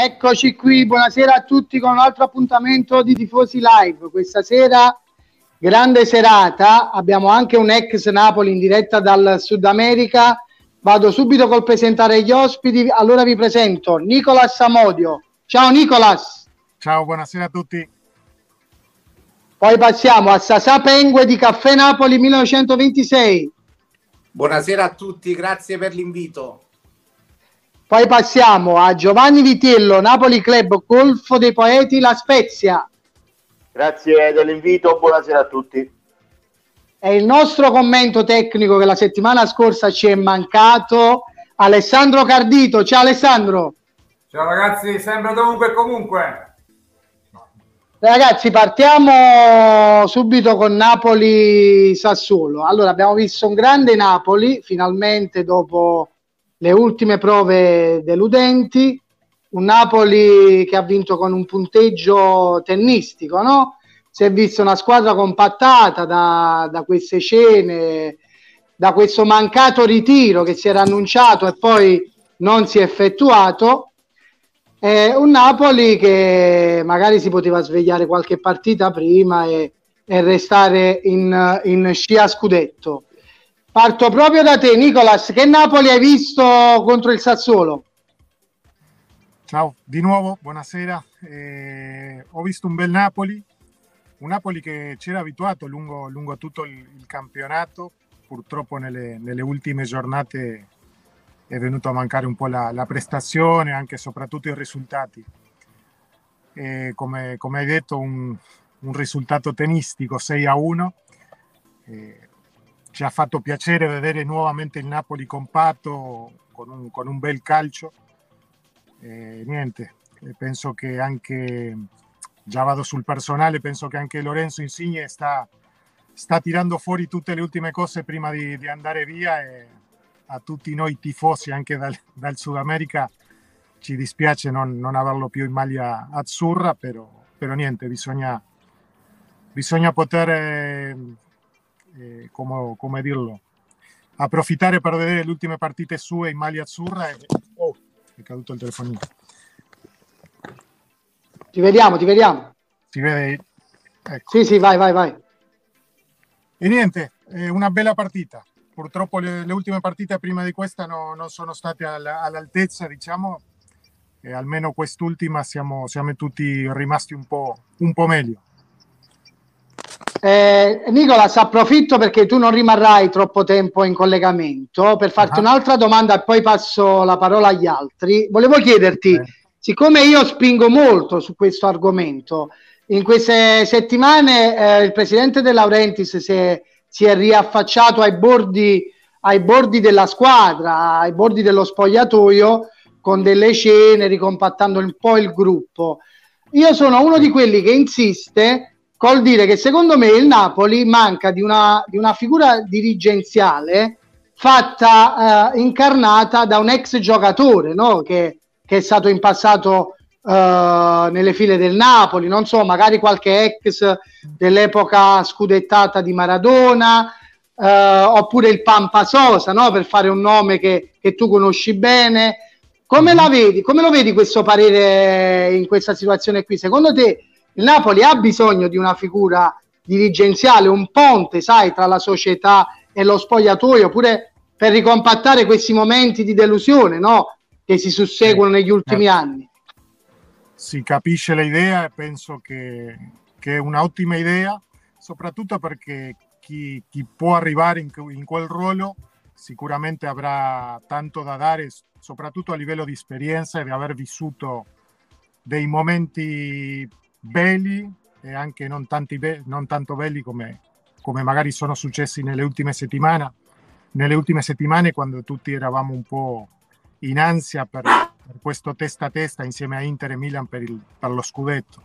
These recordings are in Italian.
Eccoci qui, buonasera a tutti con un altro appuntamento di Tifosi Live. Questa sera grande serata, abbiamo anche un ex Napoli in diretta dal Sud America. Vado subito col presentare gli ospiti, allora vi presento Nicolas Amodio. Ciao Nicolas. Ciao, buonasera a tutti. Poi passiamo a Sasà Pengue di Caffè Napoli 1926. Buonasera a tutti, grazie per l'invito. Poi passiamo a Giovanni Vitiello, Napoli Club, Golfo dei Poeti, La Spezia. Grazie dell'invito, buonasera a tutti. E il nostro commento tecnico che la settimana scorsa ci è mancato, Alessandro Cardito. Ciao Alessandro. Ciao ragazzi, sempre dovunque e comunque. Ragazzi, partiamo subito con Napoli-Sassuolo. Allora, abbiamo visto un grande Napoli, finalmente dopo le ultime prove deludenti, un Napoli che ha vinto con un punteggio tennistico, no? Si è vista una squadra compattata da queste scene, da questo mancato ritiro che si era annunciato e poi non si è effettuato. Un Napoli che magari si poteva svegliare qualche partita prima e restare in scia scudetto. Parto proprio da te, Nicolas. Che Napoli hai visto contro il Sassuolo? Ciao, di nuovo, buonasera. Ho visto un bel Napoli, un Napoli che c'era abituato lungo tutto il campionato. Purtroppo nelle ultime giornate è venuto a mancare un po' la prestazione, anche e soprattutto i risultati. Come hai detto, un risultato tenistico 6-1. Ci ha fatto piacere vedere nuovamente il Napoli compatto con un bel calcio. Niente, penso che anche, già vado sul personale, penso che anche Lorenzo Insigne sta tirando fuori tutte le ultime cose prima di andare via, e a tutti noi tifosi anche dal Sud America ci dispiace non averlo più in maglia azzurra, però niente, bisogna poter, come dirlo, approfittare per vedere le ultime partite sue in maglia azzurra. È caduto il telefonino. Ti vediamo. Si vede? Ecco. Sì, vai. E niente, una bella partita. Purtroppo le ultime partite prima di questa non sono state all'altezza, diciamo, e almeno quest'ultima siamo tutti rimasti un po' meglio. Nicolas, approfitto perché tu non rimarrai troppo tempo in collegamento per farti un'altra domanda e poi passo la parola agli altri. Volevo chiederti, siccome io spingo molto su questo argomento, in queste settimane il presidente De Laurentiis si è riaffacciato ai bordi della squadra, ai bordi dello spogliatoio, con delle scene, ricompattando un po' il gruppo. Io sono uno di quelli che insiste col dire che secondo me il Napoli manca di una figura dirigenziale fatta, incarnata da un ex giocatore, no? Che è stato in passato nelle file del Napoli, non so, magari qualche ex dell'epoca scudettata di Maradona, oppure il Pampa Sosa, no? Per fare un nome che tu conosci bene. Come la vedi? Come lo vedi questo parere in questa situazione qui? Secondo te il Napoli ha bisogno di una figura dirigenziale, un ponte, sai, tra la società e lo spogliatoio, pure per ricompattare questi momenti di delusione, no? Che si susseguono negli ultimi anni? Si capisce l'idea e penso che è un'ottima idea, soprattutto perché chi può arrivare in quel ruolo sicuramente avrà tanto da dare, soprattutto a livello di esperienza e di aver vissuto dei momenti belli e anche non tanto belli come magari sono successi nelle ultime settimane, quando tutti eravamo un po' in ansia per questo testa a testa insieme a Inter e Milan per lo scudetto.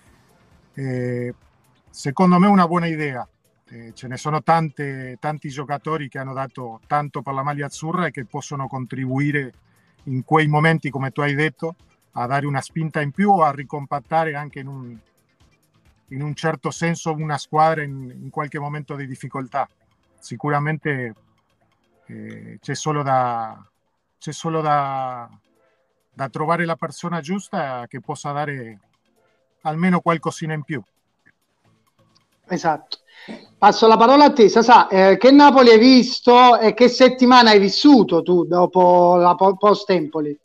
Secondo me è una buona idea. Ce ne sono tanti giocatori che hanno dato tanto per la maglia azzurra e che possono contribuire in quei momenti, come tu hai detto, a dare una spinta in più o a ricompattare anche in un certo senso una squadra in qualche momento di difficoltà. Sicuramente c'è solo da da trovare la persona giusta che possa dare almeno qualcosina in più. Esatto. Passo la parola a te, Sasà. Che Napoli hai visto e che settimana hai vissuto tu dopo la post-Empoli?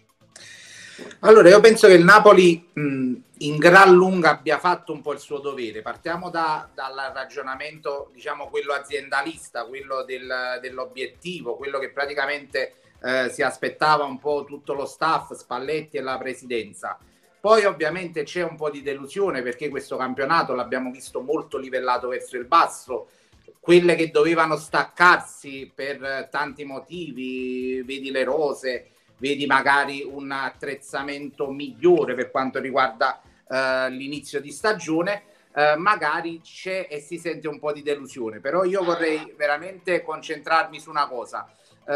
Allora, io penso che il Napoli in gran lunga abbia fatto un po' il suo dovere. Partiamo dal ragionamento, diciamo, quello aziendalista, quello dell'obiettivo, quello che praticamente si aspettava un po' tutto lo staff, Spalletti e la presidenza. Poi ovviamente c'è un po' di delusione perché questo campionato l'abbiamo visto molto livellato verso il basso. Quelle che dovevano staccarsi per tanti motivi, vedi le rose, vedi magari un attrezzamento migliore per quanto riguarda l'inizio di stagione, magari c'è e si sente un po' di delusione. Però io vorrei veramente concentrarmi su una cosa.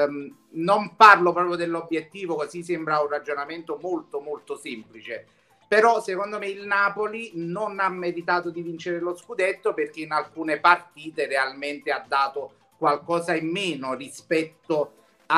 Non parlo proprio dell'obiettivo, così sembra un ragionamento molto molto semplice, però secondo me il Napoli non ha meritato di vincere lo scudetto perché in alcune partite realmente ha dato qualcosa in meno rispetto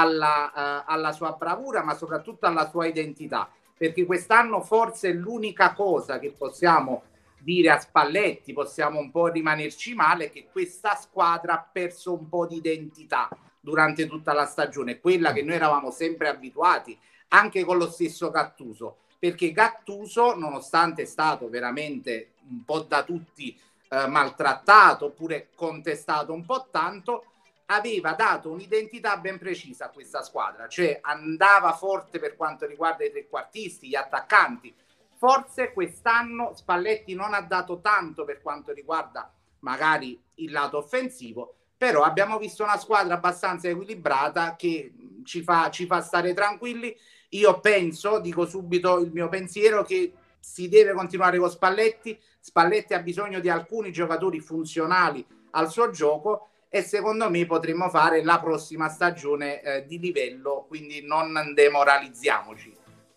alla sua bravura, ma soprattutto alla sua identità, perché quest'anno forse è l'unica cosa che possiamo dire a Spalletti, possiamo un po' rimanerci male, che questa squadra ha perso un po' di identità durante tutta la stagione, quella che noi eravamo sempre abituati, anche con lo stesso Gattuso, perché Gattuso, nonostante è stato veramente un po' da tutti maltrattato oppure contestato un po' tanto, aveva dato un'identità ben precisa a questa squadra, cioè andava forte per quanto riguarda i trequartisti, gli attaccanti. Forse quest'anno Spalletti non ha dato tanto per quanto riguarda magari il lato offensivo, però abbiamo visto una squadra abbastanza equilibrata che ci fa stare tranquilli. Io penso, dico subito il mio pensiero, che si deve continuare con Spalletti. Spalletti ha bisogno di alcuni giocatori funzionali al suo gioco e secondo me potremmo fare la prossima stagione di livello, quindi non demoralizziamoci.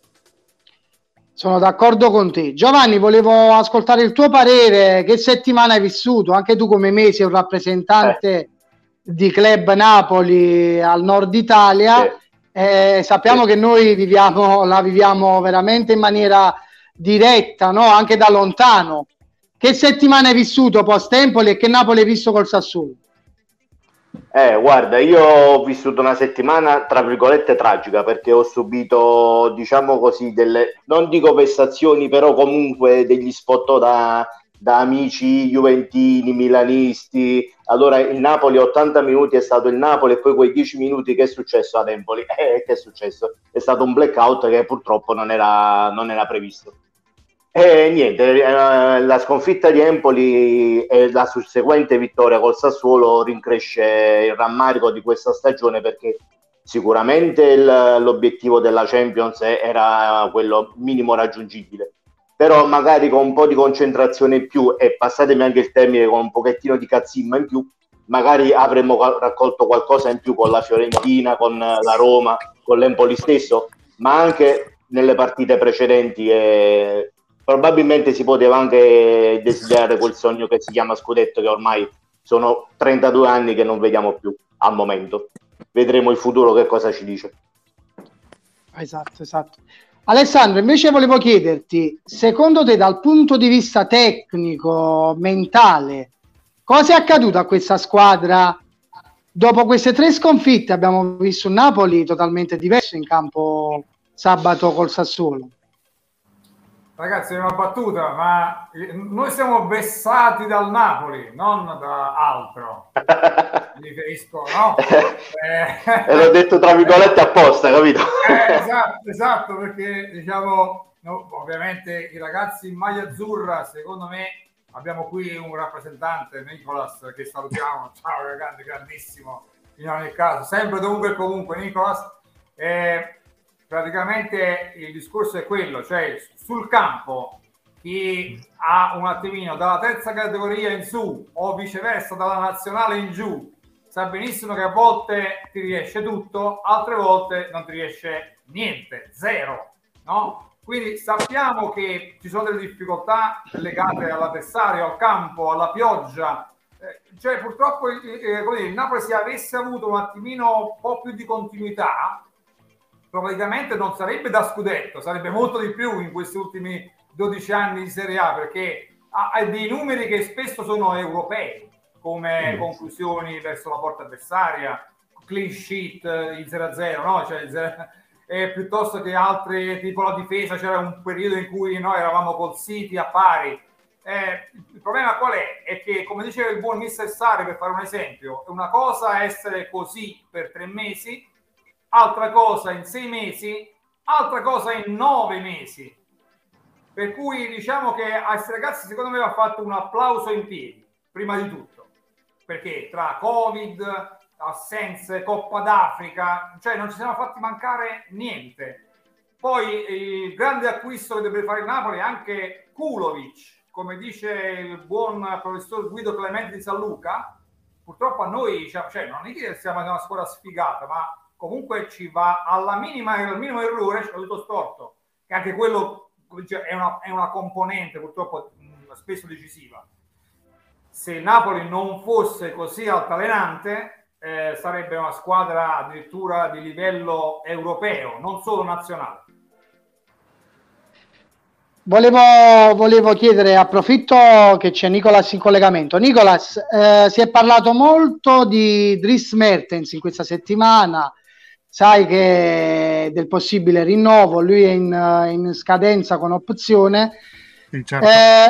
Sono d'accordo con te. Giovanni, volevo ascoltare il tuo parere. Che settimana hai vissuto? Anche tu come me sei un rappresentante di Club Napoli al nord Italia. Sappiamo che noi la viviamo veramente in maniera diretta, no? Anche da lontano. Che settimana hai vissuto post-Empoli e che Napoli hai visto col Sassuolo? Guarda, io ho vissuto una settimana tra virgolette tragica perché ho subito, diciamo così, non dico vessazioni, però comunque degli spot da amici juventini, milanisti. Allora il Napoli 80 minuti è stato il Napoli e poi quei 10 minuti che è successo ad Empoli? Che è successo? È stato un blackout che purtroppo non era previsto. E niente, la sconfitta di Empoli e la susseguente vittoria col Sassuolo rincresce il rammarico di questa stagione perché sicuramente l'obiettivo della Champions era quello minimo raggiungibile, però magari con un po' di concentrazione in più e passatemi anche il termine, con un pochettino di cazzimma in più, magari avremmo raccolto qualcosa in più con la Fiorentina, con la Roma, con l'Empoli stesso, ma anche nelle partite precedenti. Probabilmente si poteva anche desiderare quel sogno che si chiama scudetto, che ormai sono 32 anni che non vediamo più al momento. Vedremo il futuro che cosa ci dice. Esatto. Alessandro, invece volevo chiederti, secondo te dal punto di vista tecnico, mentale, cosa è accaduto a questa squadra dopo queste 3 sconfitte? Abbiamo visto un Napoli totalmente diverso in campo sabato col Sassuolo. Ragazzi, è una battuta, ma noi siamo vessati dal Napoli, non da altro. Mi riferisco, no? E l'ho detto tra virgolette apposta, capito? Esatto, perché diciamo, ovviamente i ragazzi in maglia azzurra, secondo me, abbiamo qui un rappresentante, Nicolas, che salutiamo. Ciao, grandissimo, in ogni caso, sempre dovunque e comunque, Nicolas. Praticamente il discorso è quello, cioè sul campo chi ha un attimino dalla terza categoria in su o viceversa dalla nazionale in giù sa benissimo che a volte ti riesce tutto, altre volte non ti riesce niente, zero, no? Quindi sappiamo che ci sono delle difficoltà legate all'avversario, al campo, alla pioggia, cioè purtroppo il Napoli, se avesse avuto un attimino un po' più di continuità, praticamente non sarebbe da scudetto, sarebbe molto di più in questi ultimi 12 anni di Serie A, perché ha dei numeri che spesso sono europei, come conclusioni verso la porta avversaria, clean sheet, il 0-0, no? Cioè, piuttosto che altre, tipo la difesa, c'era un periodo in cui noi eravamo col City a pari. Il problema qual è? È che, come diceva il buon mister Sarri, per fare un esempio, è una cosa essere così per 3 mesi, altra cosa in 6 mesi, altra cosa in 9 mesi. Per cui diciamo che a questi ragazzi secondo me va fatto un applauso in piedi, prima di tutto, perché tra Covid, assenze, Coppa d'Africa, cioè non ci siamo fatti mancare niente. Poi il grande acquisto che deve fare il Napoli è anche Kulovic, come dice il buon professor Guido Clementi di San Luca. Purtroppo a noi, cioè non è che siamo una squadra sfigata, ma comunque ci va al minimo errore, ci ha tutto storto, che anche quello è una componente purtroppo spesso decisiva. Se il Napoli non fosse così altalenante, sarebbe una squadra addirittura di livello europeo, non solo nazionale. Volevo chiedere, approfitto che c'è Nicolas in collegamento. Nicolas, si è parlato molto di Dries Mertens in questa settimana, sai che del possibile rinnovo, lui è in scadenza con opzione. Sì, certo.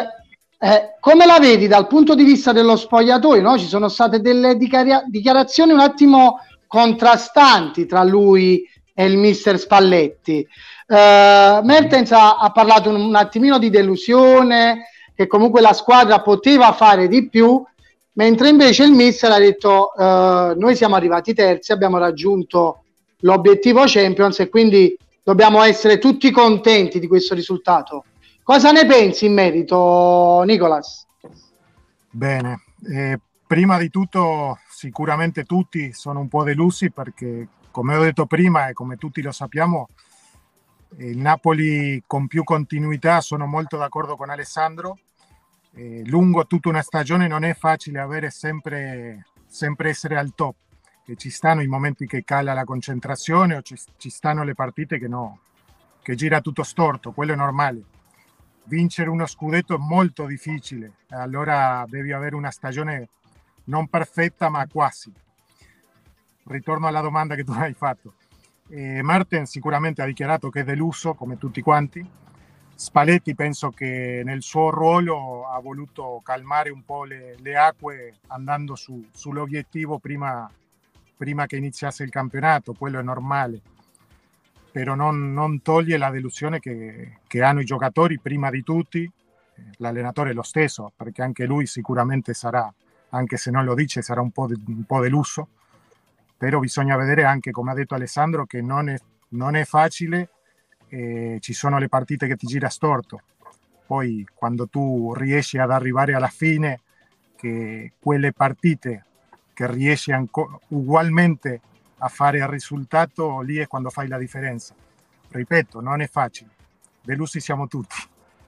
Come la vedi dal punto di vista dello spogliatoio? No? Ci sono state delle dichiarazioni un attimo contrastanti tra lui e il mister Spalletti. Mertens ha parlato un attimino di delusione, che comunque la squadra poteva fare di più, mentre invece il mister ha detto noi siamo arrivati terzi, abbiamo raggiunto l'obiettivo Champions e quindi dobbiamo essere tutti contenti di questo risultato. Cosa ne pensi in merito, Nicolas? Bene, prima di tutto sicuramente tutti sono un po' delusi perché, come ho detto prima e come tutti lo sappiamo, il Napoli con più continuità, sono molto d'accordo con Alessandro, lungo tutta una stagione non è facile avere sempre essere al top, che ci stanno i momenti che cala la concentrazione o ci stanno le partite che gira tutto storto, quello è normale. Vincere uno scudetto è molto difficile, allora devi avere una stagione non perfetta ma quasi. Ritorno alla domanda che tu hai fatto. Mertens sicuramente ha dichiarato che è deluso come tutti quanti. Spalletti penso che nel suo ruolo ha voluto calmare un po' le acque andando sull'obiettivo prima che iniziasse il campionato, quello è normale, però non toglie la delusione che hanno i giocatori prima di tutti, l'allenatore è lo stesso, perché anche lui sicuramente sarà, anche se non lo dice, sarà un po' deluso, però bisogna vedere anche, come ha detto Alessandro, che non è facile, ci sono le partite che ti gira storto, poi quando tu riesci ad arrivare alla fine, che quelle partite che riesci ugualmente a fare il risultato, lì è quando fai la differenza. Ripeto, non è facile, delusi siamo tutti.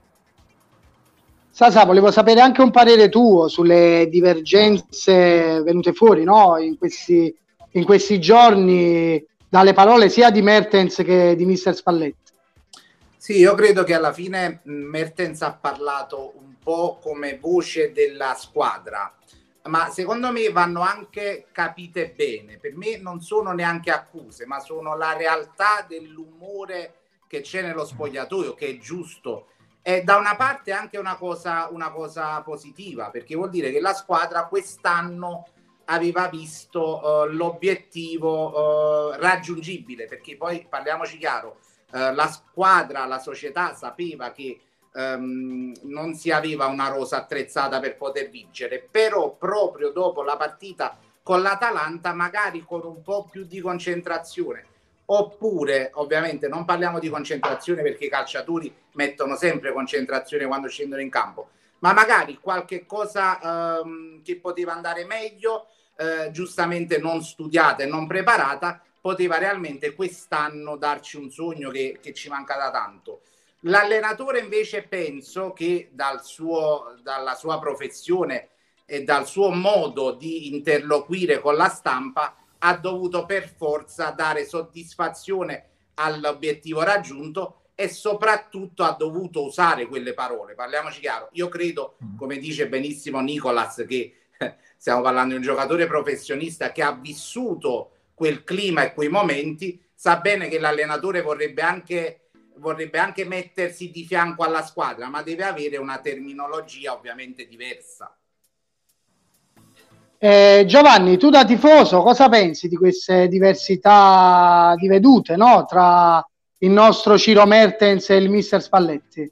Sasa, volevo sapere anche un parere tuo sulle divergenze venute fuori, no? in questi giorni dalle parole sia di Mertens che di mister Spalletti. Sì, io credo che alla fine Mertens ha parlato un po' come voce della squadra, ma secondo me vanno anche capite bene. Per me non sono neanche accuse, ma sono la realtà dell'umore che c'è nello spogliatoio, che è giusto. È da una parte anche una cosa positiva, perché vuol dire che la squadra quest'anno aveva visto l'obiettivo raggiungibile, perché poi parliamoci chiaro, la squadra, la società sapeva che non si aveva una rosa attrezzata per poter vincere, però proprio dopo la partita con l'Atalanta magari con un po' più di concentrazione, oppure ovviamente non parliamo di concentrazione perché i calciatori mettono sempre concentrazione quando scendono in campo, ma magari qualche cosa che poteva andare meglio, giustamente non studiata e non preparata, poteva realmente quest'anno darci un sogno che ci manca da tanto. L'allenatore invece penso che dalla sua professione e dal suo modo di interloquire con la stampa ha dovuto per forza dare soddisfazione all'obiettivo raggiunto e soprattutto ha dovuto usare quelle parole. Parliamoci chiaro, io credo, come dice benissimo Nicolas, che stiamo parlando di un giocatore professionista che ha vissuto quel clima e quei momenti, sa bene che l'allenatore vorrebbe anche mettersi di fianco alla squadra, ma deve avere una terminologia ovviamente diversa. Giovanni, tu da tifoso cosa pensi di queste diversità di vedute, no? Tra il nostro Ciro Mertens e il mister Spalletti?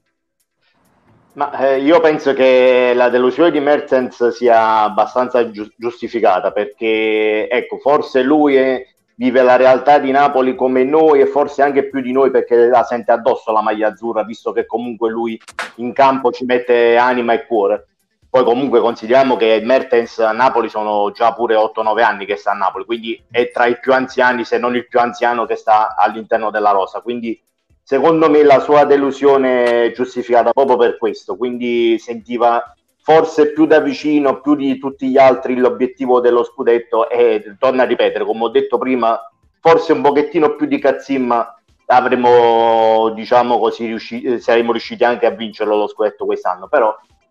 Ma io penso che la delusione di Mertens sia abbastanza giustificata, perché ecco, forse lui vive la realtà di Napoli come noi e forse anche più di noi, perché la sente addosso la maglia azzurra, visto che comunque lui in campo ci mette anima e cuore. Poi comunque consideriamo che Mertens a Napoli sono già pure 8-9 anni che sta a Napoli, quindi è tra i più anziani, se non il più anziano che sta all'interno della rosa, quindi secondo me la sua delusione è giustificata proprio per questo, quindi sentiva forse più da vicino, più di tutti gli altri, l'obiettivo dello scudetto, e torno a ripetere, come ho detto prima, forse un pochettino più di Cazzimma avremmo, diciamo così, saremmo riusciti anche a vincerlo lo scudetto quest'anno, però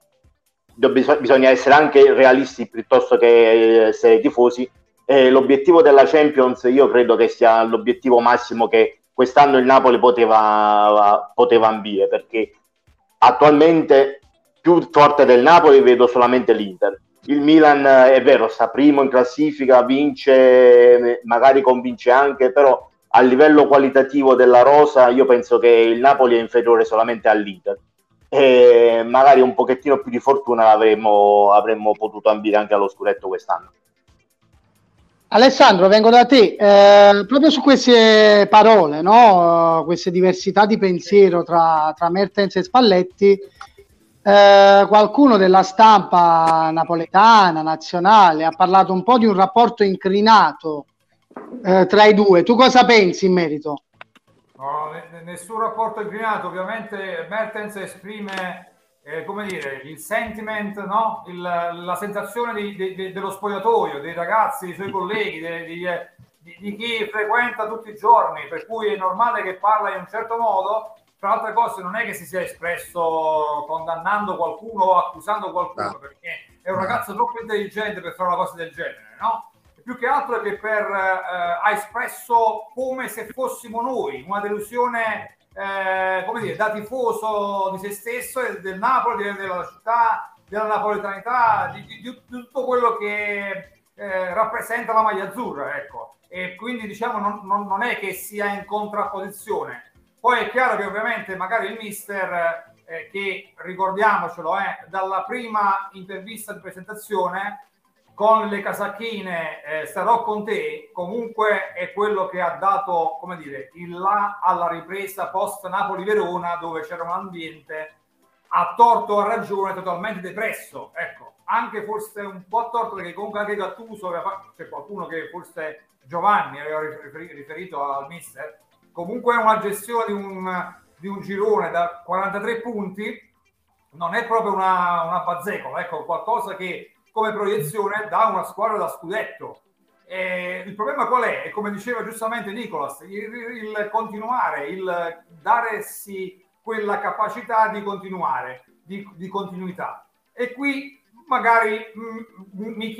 bisogna essere anche realisti piuttosto che essere tifosi. L'obiettivo della Champions io credo che sia l'obiettivo massimo che quest'anno il Napoli poteva ambire, perché attualmente più forte del Napoli vedo solamente l'Inter. Il Milan è vero, sta primo in classifica, vince, magari convince anche, però a livello qualitativo della rosa io penso che il Napoli è inferiore solamente all'Inter. E magari un pochettino più di fortuna avremmo potuto ambire anche allo scudetto quest'anno. Alessandro, vengo da te, proprio su queste parole, no? Queste diversità di pensiero tra Mertens e Spalletti, qualcuno della stampa napoletana, nazionale, ha parlato un po' di un rapporto inclinato tra i due. Tu cosa pensi in merito? No, nessun rapporto inclinato. Ovviamente Mertens esprime come dire, il sentiment, no? La sensazione dello spogliatoio, dei ragazzi, dei suoi colleghi, di chi frequenta tutti i giorni, per cui è normale che parla in un certo modo. Tra altre cose non è che si sia espresso condannando qualcuno o accusando qualcuno, perché è un ragazzo troppo intelligente per fare una cosa del genere, no? Più che altro è che ha espresso come se fossimo noi, una delusione, come dire, da tifoso di se stesso e del Napoli, della città, della napoletanità, di tutto quello che rappresenta la maglia azzurra, ecco. E quindi diciamo non è che sia in contrapposizione. Poi è chiaro che ovviamente magari il mister, che ricordiamocelo, dalla prima intervista di presentazione, con le casacchine starò con te, comunque è quello che ha dato, come dire, il là alla ripresa post Napoli-Verona, dove c'era un ambiente a torto o a ragione totalmente depresso, ecco, anche forse un po' a torto, perché comunque anche Gattuso c'è qualcuno che forse Giovanni aveva riferito al mister, comunque una gestione di un girone da 43 punti non è proprio una bazzecola, ecco, qualcosa che come proiezione da una squadra da scudetto. Il problema qual è? E come diceva giustamente Nicolas, il continuare, il darsi quella capacità di continuare, di continuità. E qui magari vi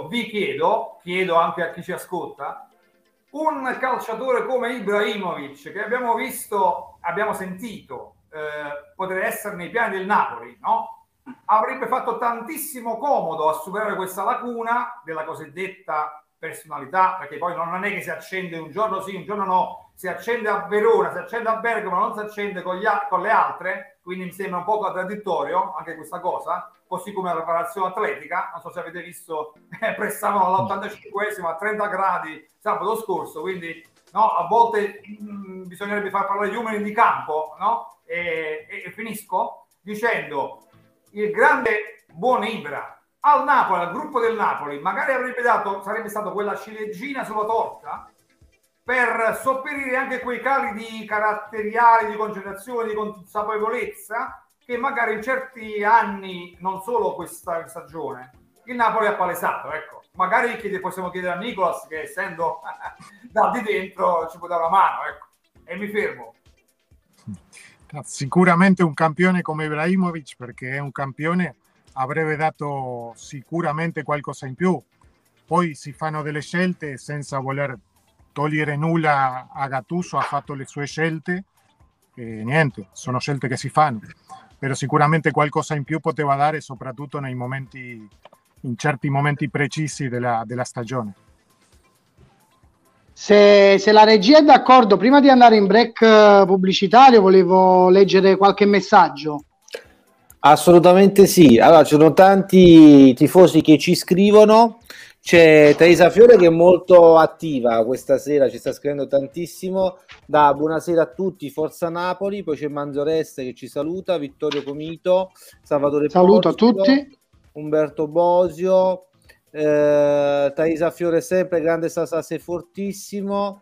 chiedo anche a chi ci ascolta, un calciatore come Ibrahimovic, che abbiamo sentito poter essere nei piani del Napoli, no? Avrebbe fatto tantissimo comodo a superare questa lacuna della cosiddetta personalità, perché poi non è che si accende un giorno sì, un giorno no, si accende a Verona, si accende a Bergamo, non si accende con le altre, quindi mi sembra un po' contraddittorio anche questa cosa, così come la preparazione atletica. Non so se avete visto, prestavano all'85esimo a 30 gradi sabato scorso, quindi no, a volte bisognerebbe far parlare gli uomini di campo, no? E finisco dicendo: il grande buon Ibra al Napoli, al gruppo del Napoli, magari sarebbe stato quella ciliegina sulla torta per sopperire anche quei cali di caratteriali, di concentrazione, di consapevolezza che magari in certi anni, non solo questa stagione, il Napoli ha palesato, ecco. Magari possiamo chiedere a Nicolas, che essendo da di dentro ci può dare una mano, ecco. e mi fermo. Sicuramente un campione come Ibrahimovic, perché è un campione, avrebbe dato sicuramente qualcosa in più. Poi si fanno delle scelte senza voler togliere nulla a Gattuso, ha fatto le sue scelte e niente, sono scelte che si fanno, però sicuramente qualcosa in più poteva dare, soprattutto in certi momenti precisi della stagione. Se la regia è d'accordo, prima di andare in break pubblicitario, volevo leggere qualche messaggio. Assolutamente sì. Allora, ci sono tanti tifosi che ci scrivono. C'è Teresa Fiore che è molto attiva questa sera, ci sta scrivendo tantissimo. Buonasera a tutti, Forza Napoli. Poi c'è Manzoreste che ci saluta, Vittorio Comito, Salvatore Saluto Porzio, a tutti. Umberto Bosio, Teresa Fiore sempre, grande Sasa, sei fortissimo.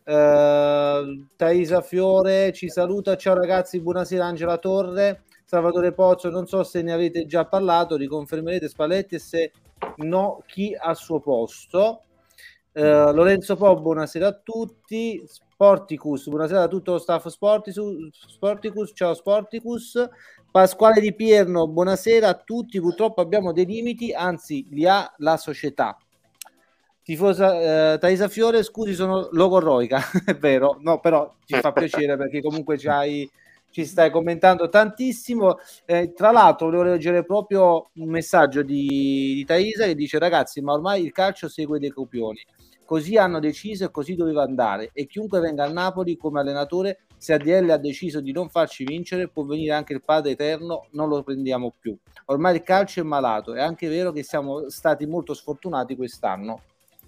Teresa Fiore ci saluta, ciao ragazzi, buonasera. Angela Torre, Salvatore Pozzo, non so se ne avete già parlato, riconfermerete Spalletti e se no chi al suo posto. Lorenzo Po, buonasera a tutti. Sporticus, buonasera a tutto lo staff Sporticus, ciao Sporticus. Pasquale Di Pierno, buonasera a tutti, purtroppo abbiamo dei limiti, anzi li ha la società. Tifosa Teresa Fiore, scusi, sono logorroica, è vero, no, però ci fa piacere perché comunque ci stai commentando tantissimo. Tra l'altro volevo leggere proprio un messaggio di Teresa che dice: ragazzi, ma ormai il calcio segue dei copioni, così hanno deciso e così doveva andare, e chiunque venga al Napoli come allenatore, se ADL ha deciso di non farci vincere, può venire anche il Padre Eterno, non lo prendiamo più. Ormai il calcio è malato, è anche vero che siamo stati molto sfortunati quest'anno.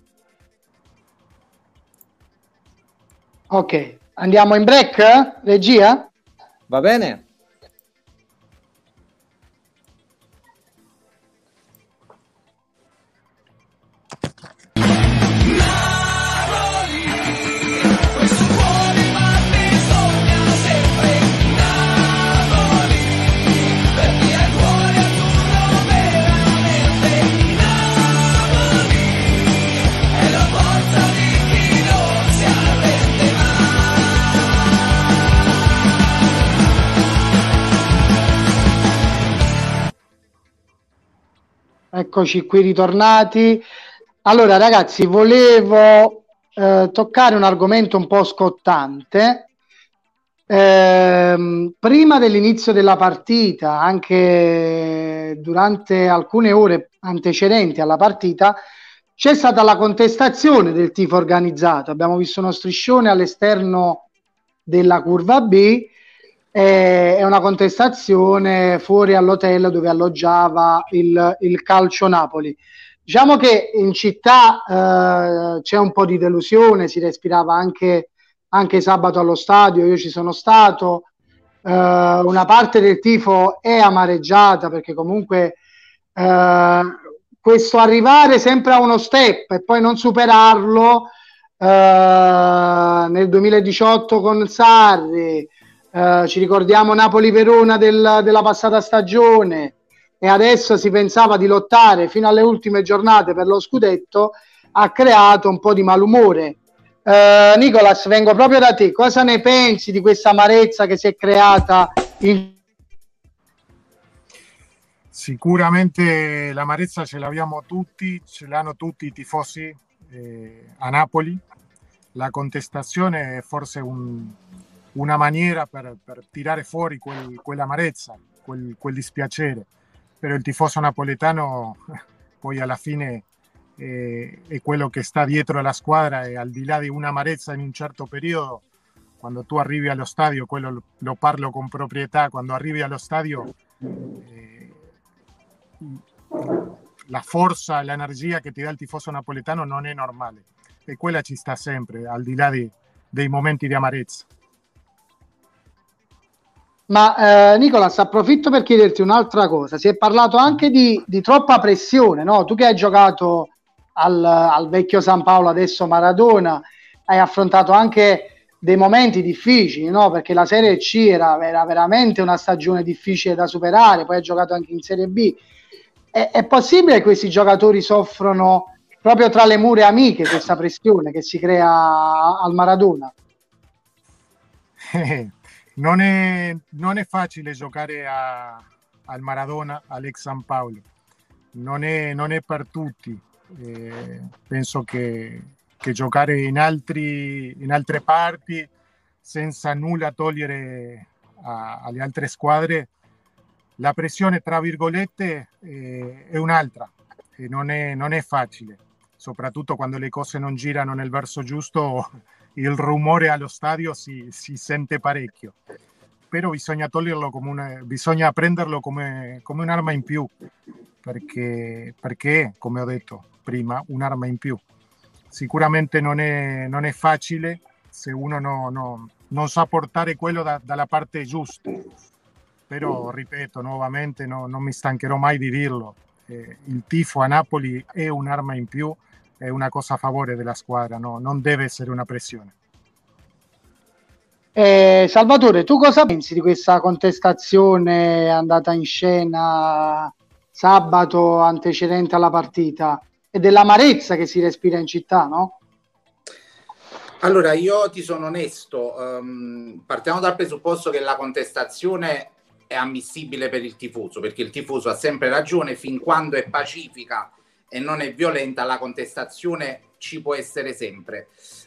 Ok, andiamo in break, regia? Va bene? Eccoci qui ritornati. Allora ragazzi, volevo toccare un argomento un po' scottante. Prima dell'inizio della partita, anche durante alcune ore antecedenti alla partita, c'è stata la contestazione del tifo organizzato. Abbiamo visto uno striscione all'esterno della curva B. È una contestazione fuori all'hotel dove alloggiava il Calcio Napoli. Diciamo che in città c'è un po' di delusione, si respirava anche sabato allo stadio, io ci sono stato, una parte del tifo è amareggiata perché comunque questo arrivare sempre a uno step e poi non superarlo nel 2018 con Sarri, ci ricordiamo Napoli-Verona della passata stagione, e adesso si pensava di lottare fino alle ultime giornate per lo scudetto, ha creato un po' di malumore. Nicolas, vengo proprio da te, cosa ne pensi di questa amarezza che si è creata Sicuramente l'amarezza ce l'abbiamo tutti, ce l'hanno tutti i tifosi a Napoli. La contestazione è forse una maniera per tirare fuori quell'amarezza, quel dispiacere, però il tifoso napoletano poi alla fine è quello che sta dietro alla squadra, e al di là di un'amarezza in un certo periodo, quando tu arrivi allo stadio, quello lo parlo con proprietà, quando arrivi allo stadio la forza e l'energia che ti dà il tifoso napoletano non è normale, e quella ci sta sempre, al di là dei momenti di amarezza. Ma Nicolas, approfitto per chiederti un'altra cosa. Si è parlato anche di troppa pressione, no? Tu che hai giocato al vecchio San Paolo, adesso Maradona, hai affrontato anche dei momenti difficili, no? Perché la Serie C era veramente una stagione difficile da superare, poi hai giocato anche in Serie B. È possibile che questi giocatori soffrono proprio tra le mura amiche questa pressione che si crea al Maradona? non è facile giocare al Maradona, all'ex San Paolo, non è per tutti. Penso che giocare in altre parti senza nulla togliere alle altre squadre, la pressione tra virgolette è un'altra e non è facile, soprattutto quando le cose non girano nel verso giusto. Il rumore allo stadio si sente parecchio, però bisogna toglierlo bisogna prenderlo come un'arma in più, perché come ho detto prima, un'arma in più. Sicuramente non è facile se uno non sa portare quello dalla parte giusta, però ripeto nuovamente, non mi stancherò mai di dirlo, il tifo a Napoli è un'arma in più, è una cosa a favore della squadra, no? Non deve essere una pressione. Salvatore, tu cosa pensi di questa contestazione andata in scena sabato antecedente alla partita e dell'amarezza che si respira in città, no? Allora, io ti sono onesto, partiamo dal presupposto che la contestazione è ammissibile per il tifoso, perché il tifoso ha sempre ragione, fin quando è pacifica e non è violenta, la contestazione ci può essere sempre.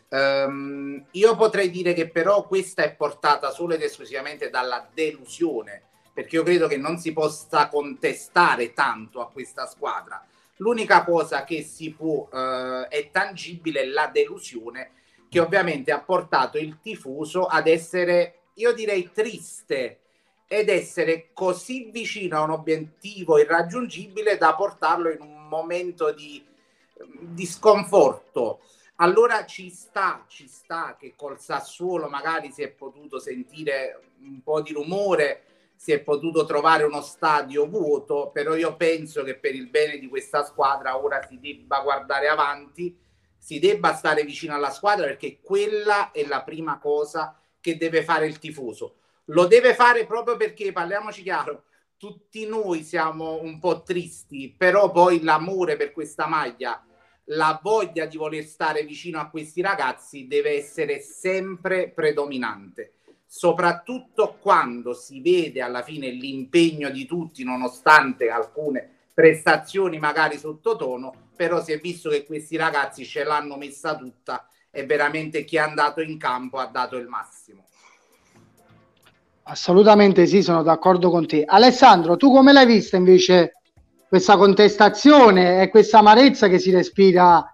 Io potrei dire che però questa è portata solo ed esclusivamente dalla delusione, perché io credo che non si possa contestare tanto a questa squadra. L'unica cosa che si può è tangibile è la delusione, che ovviamente ha portato il tifoso ad essere, io direi, triste ed essere così vicino a un obiettivo irraggiungibile da portarlo in un momento di sconforto. Allora ci sta che col Sassuolo magari si è potuto sentire un po' di rumore, si è potuto trovare uno stadio vuoto, però io penso che per il bene di questa squadra ora si debba guardare avanti, si debba stare vicino alla squadra, perché quella è la prima cosa che deve fare il tifoso. Lo deve fare proprio perché, parliamoci chiaro, tutti noi siamo un po' tristi, però poi l'amore per questa maglia, la voglia di voler stare vicino a questi ragazzi deve essere sempre predominante, soprattutto quando si vede alla fine l'impegno di tutti, nonostante alcune prestazioni magari sottotono, però si è visto che questi ragazzi ce l'hanno messa tutta e veramente chi è andato in campo ha dato il massimo. Assolutamente sì, sono d'accordo con te. Alessandro, tu come l'hai vista invece questa contestazione e questa amarezza che si respira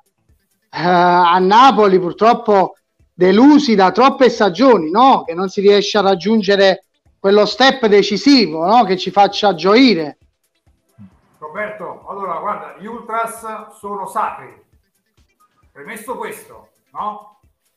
a Napoli, purtroppo delusi da troppe stagioni, no? Che non si riesce a raggiungere quello step decisivo, no? Che ci faccia gioire. Roberto, allora guarda, gli ultras sono sacri, premesso questo, no?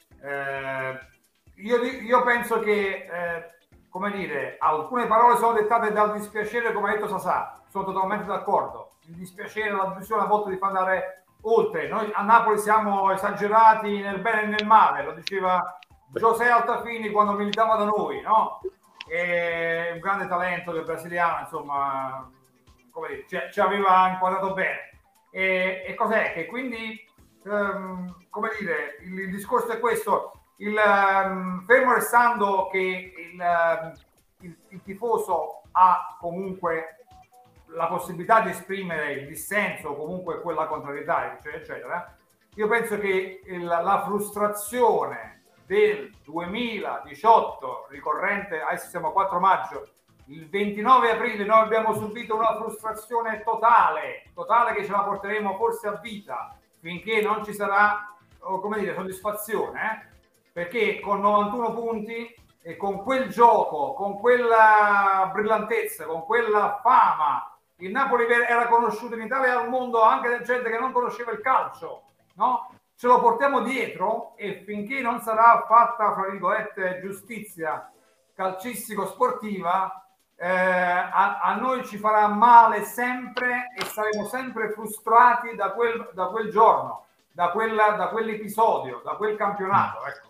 Io penso che come dire, alcune parole sono dettate dal dispiacere, come ha detto Sasà, sono totalmente d'accordo. Il dispiacere, la delusione a volte di far andare oltre. Noi a Napoli siamo esagerati nel bene e nel male, lo diceva José Altafini quando militava da noi, no? E un grande talento del brasiliano, insomma, come dire, ci aveva inquadrato bene. E cos'è? Che quindi, come dire, il discorso è questo. Fermo restando che il tifoso ha comunque la possibilità di esprimere il dissenso o comunque quella contrarietà, eccetera, eccetera, io penso che la frustrazione del 2018 ricorrente, adesso siamo a 4 maggio, il 29 aprile noi abbiamo subito una frustrazione totale che ce la porteremo forse a vita finché non ci sarà, come dire, soddisfazione, perché con 91 punti e con quel gioco, con quella brillantezza, con quella fama, il Napoli era conosciuto in Italia e al mondo anche da gente che non conosceva il calcio, no? Ce lo portiamo dietro e finché non sarà fatta, fra virgolette, giustizia calcistico-sportiva, a noi ci farà male sempre e saremo sempre frustrati da quel giorno, da quell'episodio, da quel campionato, ecco.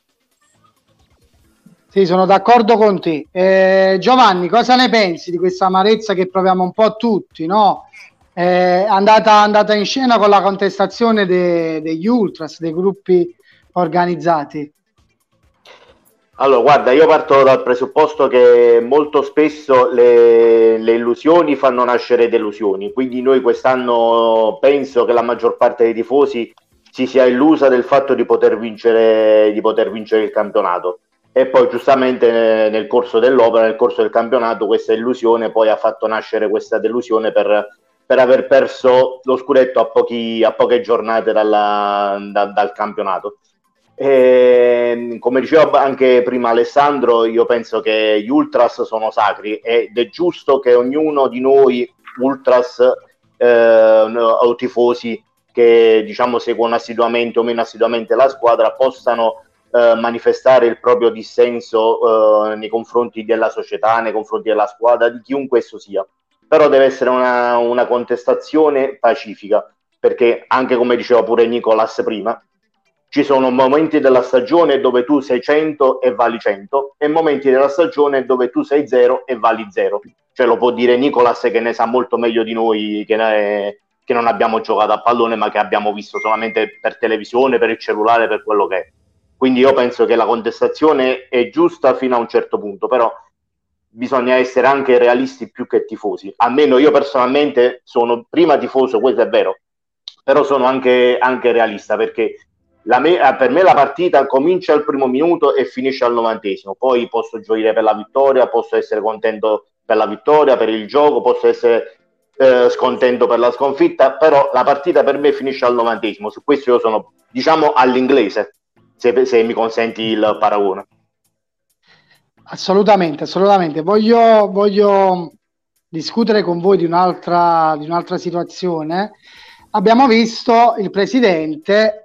Sì, sono d'accordo con te. Giovanni, cosa ne pensi di questa amarezza che proviamo un po' tutti, no? Andata in scena con la contestazione degli ultras, dei gruppi organizzati. Allora, guarda, io parto dal presupposto che molto spesso le illusioni fanno nascere delusioni, quindi noi quest'anno penso che la maggior parte dei tifosi si sia illusa del fatto di poter vincere il campionato, e poi giustamente nel corso dell'opera, nel corso del campionato, questa illusione poi ha fatto nascere questa delusione per aver perso lo scudetto a poche giornate dal campionato. Come diceva anche prima Alessandro, io penso che gli ultras sono sacri ed è giusto che ognuno di noi ultras o tifosi che diciamo seguono assiduamente o meno assiduamente la squadra possano manifestare il proprio dissenso nei confronti della società, nei confronti della squadra, di chiunque esso sia, però deve essere una contestazione pacifica, perché anche come diceva pure Nicolas prima, ci sono momenti della stagione dove tu sei 100 e vali 100 e momenti della stagione dove tu sei 0 e vali 0. Cioè lo può dire Nicolas, che ne sa molto meglio di noi, che non abbiamo giocato a pallone ma che abbiamo visto solamente per televisione, per il cellulare, per quello che è. Quindi io penso che la contestazione è giusta fino a un certo punto, però bisogna essere anche realisti più che tifosi. Almeno io personalmente sono prima tifoso, questo è vero, però sono anche realista, perché per me la partita comincia al primo minuto e finisce al 90°. Poi posso gioire per la vittoria, posso essere contento per la vittoria, per il gioco, posso essere scontento per la sconfitta, però la partita per me finisce al 90°. Su questo io sono, diciamo, all'inglese, se mi consenti il paragone. Assolutamente. Voglio discutere con voi di un'altra situazione. Abbiamo visto il presidente,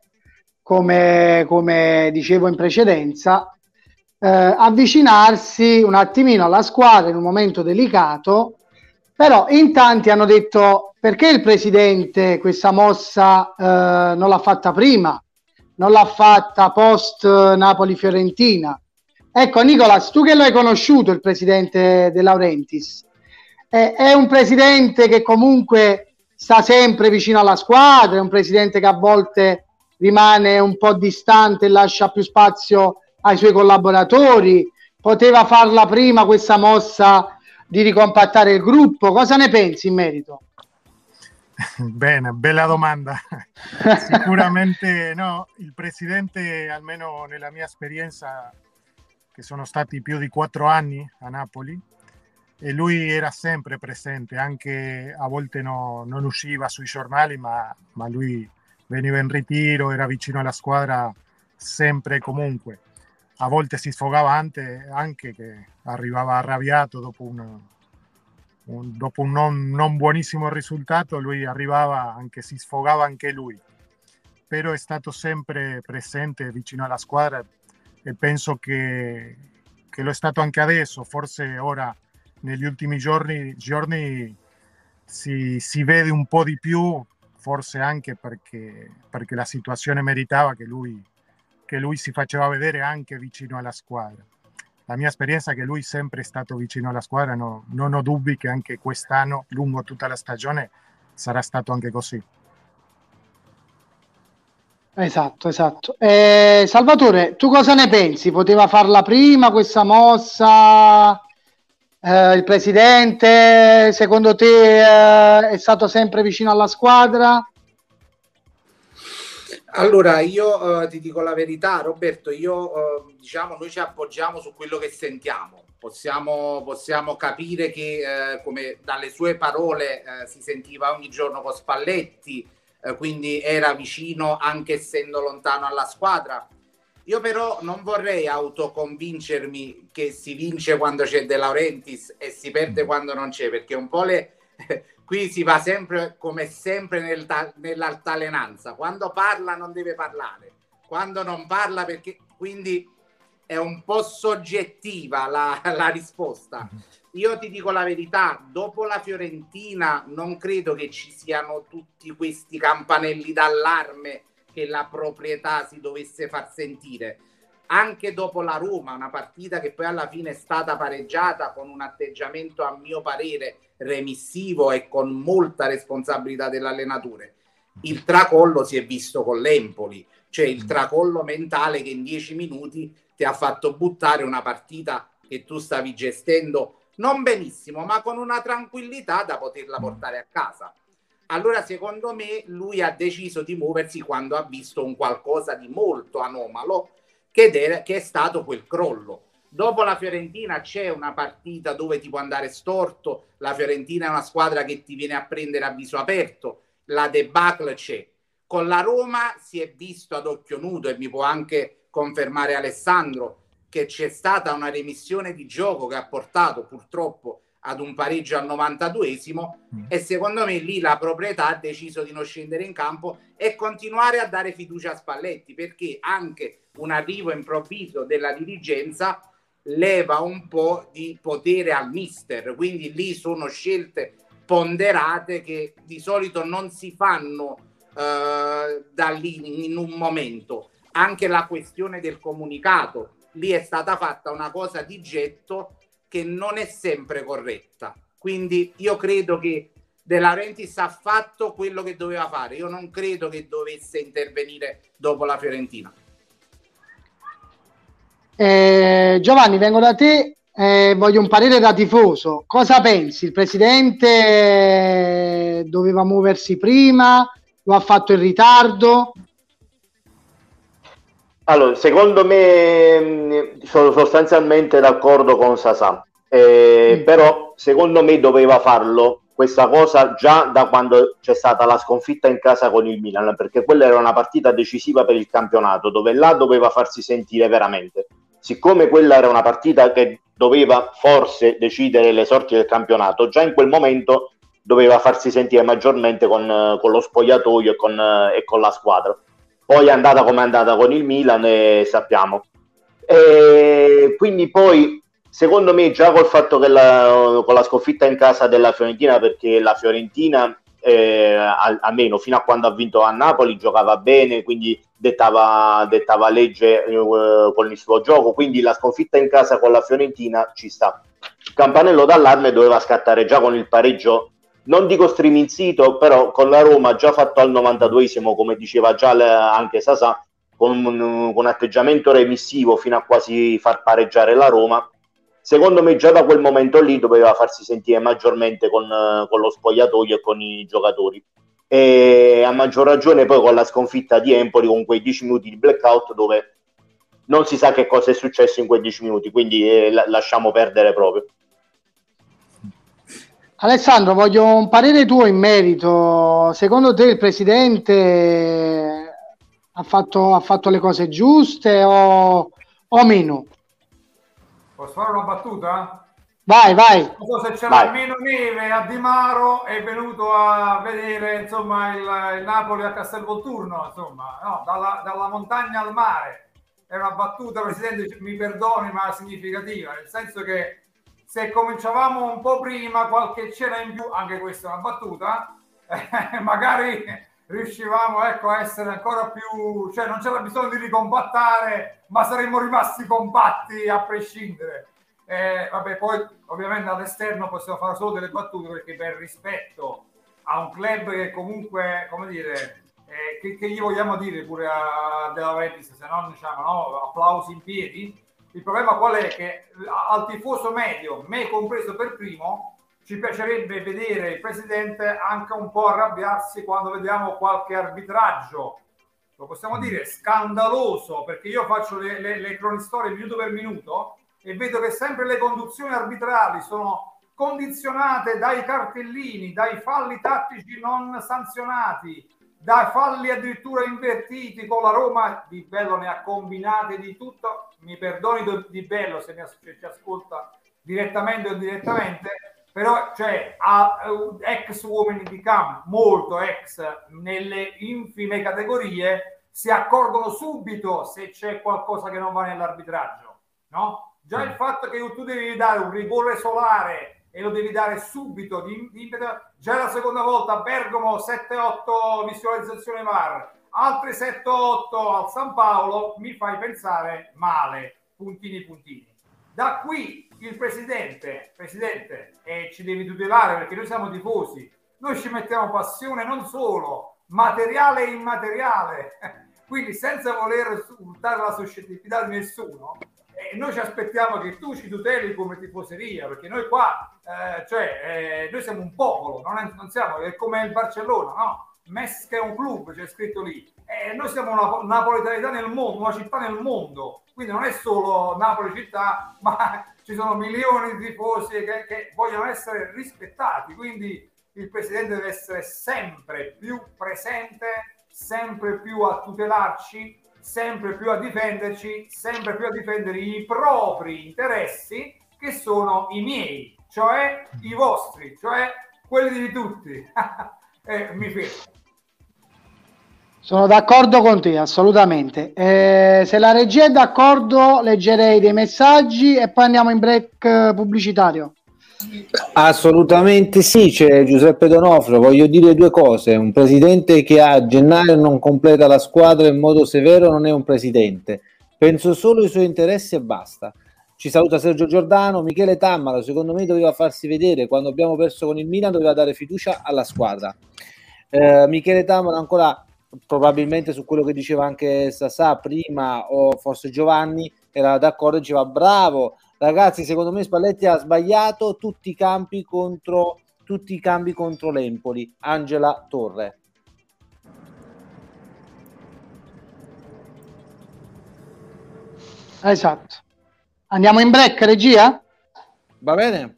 come dicevo in precedenza, avvicinarsi un attimino alla squadra in un momento delicato, però in tanti hanno detto: perché il presidente questa mossa non l'ha fatta prima, non l'ha fatta post Napoli-Fiorentina? Ecco, Nicolas, tu che lo hai conosciuto, il presidente De Laurentiis, è un presidente che comunque sta sempre vicino alla squadra, è un presidente che a volte rimane un po' distante e lascia più spazio ai suoi collaboratori. Poteva farla prima questa mossa di ricompattare il gruppo? Cosa ne pensi in merito? Bene, bella domanda. Sicuramente no, il presidente, almeno nella mia esperienza, che sono stati più di 4 anni a Napoli, e lui era sempre presente, anche a volte non usciva sui giornali, ma lui veniva in ritiro, era vicino alla squadra sempre e comunque. A volte si sfogava anche che arrivava arrabbiato dopo un non buonissimo risultato, lui arrivava, anche si sfogava anche lui, però è stato sempre presente vicino alla squadra e penso che lo è stato anche adesso. Forse ora negli ultimi giorni si vede un po' di più, forse anche perché la situazione meritava che lui si faceva vedere anche vicino alla squadra. La mia esperienza è che lui sempre è stato vicino alla squadra, non ho dubbi che anche quest'anno, lungo tutta la stagione, sarà stato anche così. Esatto. Salvatore, tu cosa ne pensi? Poteva farla prima questa mossa? Il presidente, secondo te, è stato sempre vicino alla squadra? Allora, io ti dico la verità, Roberto, diciamo, noi ci appoggiamo su quello che sentiamo. Possiamo capire che, come dalle sue parole, si sentiva ogni giorno con Spalletti, quindi era vicino anche essendo lontano alla squadra. Io però non vorrei autoconvincermi che si vince quando c'è De Laurentiis e si perde quando non c'è, perché un po' qui si va sempre come sempre nell'altalenanza. Quando parla non deve parlare, quando non parla, perché quindi è un po' soggettiva la risposta. Io ti dico la verità, dopo la Fiorentina non credo che ci siano tutti questi campanelli d'allarme che la proprietà si dovesse far sentire. Anche dopo la Roma, una partita che poi alla fine è stata pareggiata con un atteggiamento, a mio parere, remissivo e con molta responsabilità dell'allenatore. il tracollo si è visto con l'Empoli, cioè il tracollo mentale che in 10 minuti ti ha fatto buttare una partita che tu stavi gestendo non benissimo, ma con una tranquillità da poterla portare a casa. Allora, secondo me, lui ha deciso di muoversi quando ha visto un qualcosa di molto anomalo, che è stato quel crollo. Dopo la Fiorentina c'è una partita dove ti può andare storto, la Fiorentina è una squadra che ti viene a prendere a viso aperto, la debacle c'è. Con la Roma si è visto ad occhio nudo, e mi può anche confermare Alessandro, che c'è stata una remissione di gioco che ha portato purtroppo ad un pareggio al 92esimo, e secondo me lì la proprietà ha deciso di non scendere in campo e continuare a dare fiducia a Spalletti, perché anche un arrivo improvviso della dirigenza leva un po' di potere al mister, quindi lì sono scelte ponderate che di solito non si fanno da lì in un momento. Anche la questione del comunicato, lì è stata fatta una cosa di getto che non è sempre corretta, quindi io credo che De Laurentiis ha fatto quello che doveva fare, io non credo che dovesse intervenire dopo la Fiorentina. Giovanni, vengo da te, voglio un parere da tifoso. Cosa pensi? Il presidente doveva muoversi prima? Lo ha fatto in ritardo? Allora, secondo me sono sostanzialmente d'accordo con Sasà, però secondo me doveva farlo questa cosa già da quando c'è stata la sconfitta in casa con il Milan, perché quella era una partita decisiva per il campionato, dove là doveva farsi sentire veramente. Siccome quella era una partita che doveva forse decidere le sorti del campionato, già in quel momento doveva farsi sentire maggiormente con lo spogliatoio e con la squadra. Poi è andata come è andata con il Milan e sappiamo. Quindi poi, secondo me, già col fatto che con la sconfitta in casa della Fiorentina, perché la Fiorentina, almeno fino a quando ha vinto a Napoli, giocava bene, quindi dettava legge con il suo gioco, quindi la sconfitta in casa con la Fiorentina ci sta. Il campanello d'allarme doveva scattare già con il pareggio, non dico striminzito, però con la Roma già fatto al 92esimo, come diceva già anche Sasà, con un atteggiamento remissivo fino a quasi far pareggiare la Roma. Secondo me già da quel momento lì doveva farsi sentire maggiormente con lo spogliatoio e con i giocatori, e a maggior ragione poi con la sconfitta di Empoli, con quei 10 minuti di blackout dove non si sa che cosa è successo in quei 10 minuti, quindi lasciamo perdere proprio. Alessandro, voglio un parere tuo in merito. Secondo te il presidente ha fatto le cose giuste o meno? Posso fare una battuta? Vai. Non so se c'era meno neve a Di Maro, è venuto a vedere insomma il Napoli a Castelvolturno, insomma, no, dalla montagna al mare. È una battuta, Presidente, mi perdoni, ma significativa, nel senso che se cominciavamo un po' prima, qualche cena in più, anche questa è una battuta, magari riuscivamo a essere ancora più, cioè non c'era bisogno di ricompattare, ma saremmo rimasti compatti a prescindere. Vabbè, poi ovviamente all'esterno possiamo fare solo delle battute, perché per rispetto a un club che comunque, come dire, che gli vogliamo dire pure a De Laurentiis, se no diciamo no, applausi in piedi. Il problema qual è? Che al tifoso medio, me compreso per primo, ci piacerebbe vedere il presidente anche un po' arrabbiarsi quando vediamo qualche arbitraggio, lo possiamo dire, scandaloso, perché io faccio le cronistorie minuto per minuto e vedo che sempre le conduzioni arbitrali sono condizionate dai cartellini, dai falli tattici non sanzionati, dai falli addirittura invertiti. Con la Roma Di Bello ne ha combinate di tutto, mi perdoni Di Bello se ci ascolta direttamente o indirettamente, però cioè ex uomini di campo, molto ex, nelle infime categorie si accorgono subito se c'è qualcosa che non va nell'arbitraggio, no? Già il fatto che tu devi dare un rigore solare e lo devi dare subito, già la seconda volta a Bergamo 7-8 visualizzazione VAR, altre 7-8 al San Paolo, mi fai pensare male, puntini. Da qui il presidente, ci devi tutelare, perché noi siamo tifosi, noi ci mettiamo passione non solo materiale e immateriale, quindi senza voler urtare la suscettibilità di nessuno, noi ci aspettiamo che tu ci tuteli come tifoseria, perché noi qua, noi siamo un popolo, non siamo, è come il Barcellona, no? Messi che è un club, c'è scritto lì. Noi siamo una napoletanità nel mondo, una città nel mondo, quindi non è solo Napoli città, ma ci sono milioni di tifosi che vogliono essere rispettati, quindi il presidente deve essere sempre più presente, sempre più a tutelarci, sempre più a difenderci, sempre più a difendere i propri interessi, che sono i miei, cioè i vostri, cioè quelli di tutti. Mi fermo. Sono d'accordo con te, assolutamente. Se la regia è d'accordo, leggerei dei messaggi e poi andiamo in break pubblicitario. Assolutamente sì, c'è Giuseppe Donofrio. Voglio dire due cose: un presidente che a gennaio non completa la squadra in modo severo non è un presidente, penso solo ai suoi interessi e basta. Ci saluta Sergio Giordano. Michele Tammaro, secondo me doveva farsi vedere quando abbiamo perso con il Milan, doveva dare fiducia alla squadra. Michele Tammaro ancora, probabilmente su quello che diceva anche Sasà prima, o forse Giovanni era d'accordo, diceva bravo ragazzi, secondo me Spalletti ha sbagliato tutti i cambi contro l'Empoli. Angela Torre. Esatto. Andiamo in break, regia? Va bene?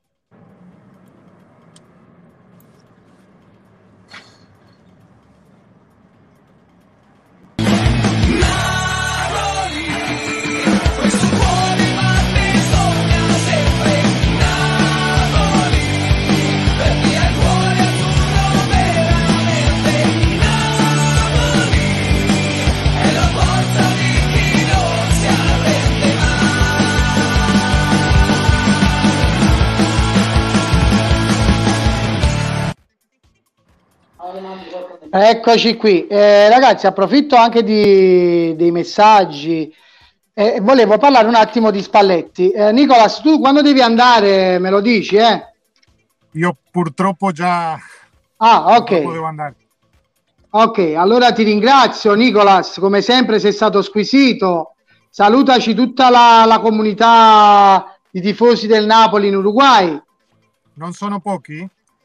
Eccoci qui, ragazzi, approfitto anche dei messaggi e volevo parlare un attimo di Spalletti. Nicolas, tu quando devi andare me lo dici, Io purtroppo già ok, devo andare. ok, allora ti ringrazio Nicolas, come sempre sei stato squisito. Salutaci tutta la comunità di tifosi del Napoli in Uruguay. Non sono pochi?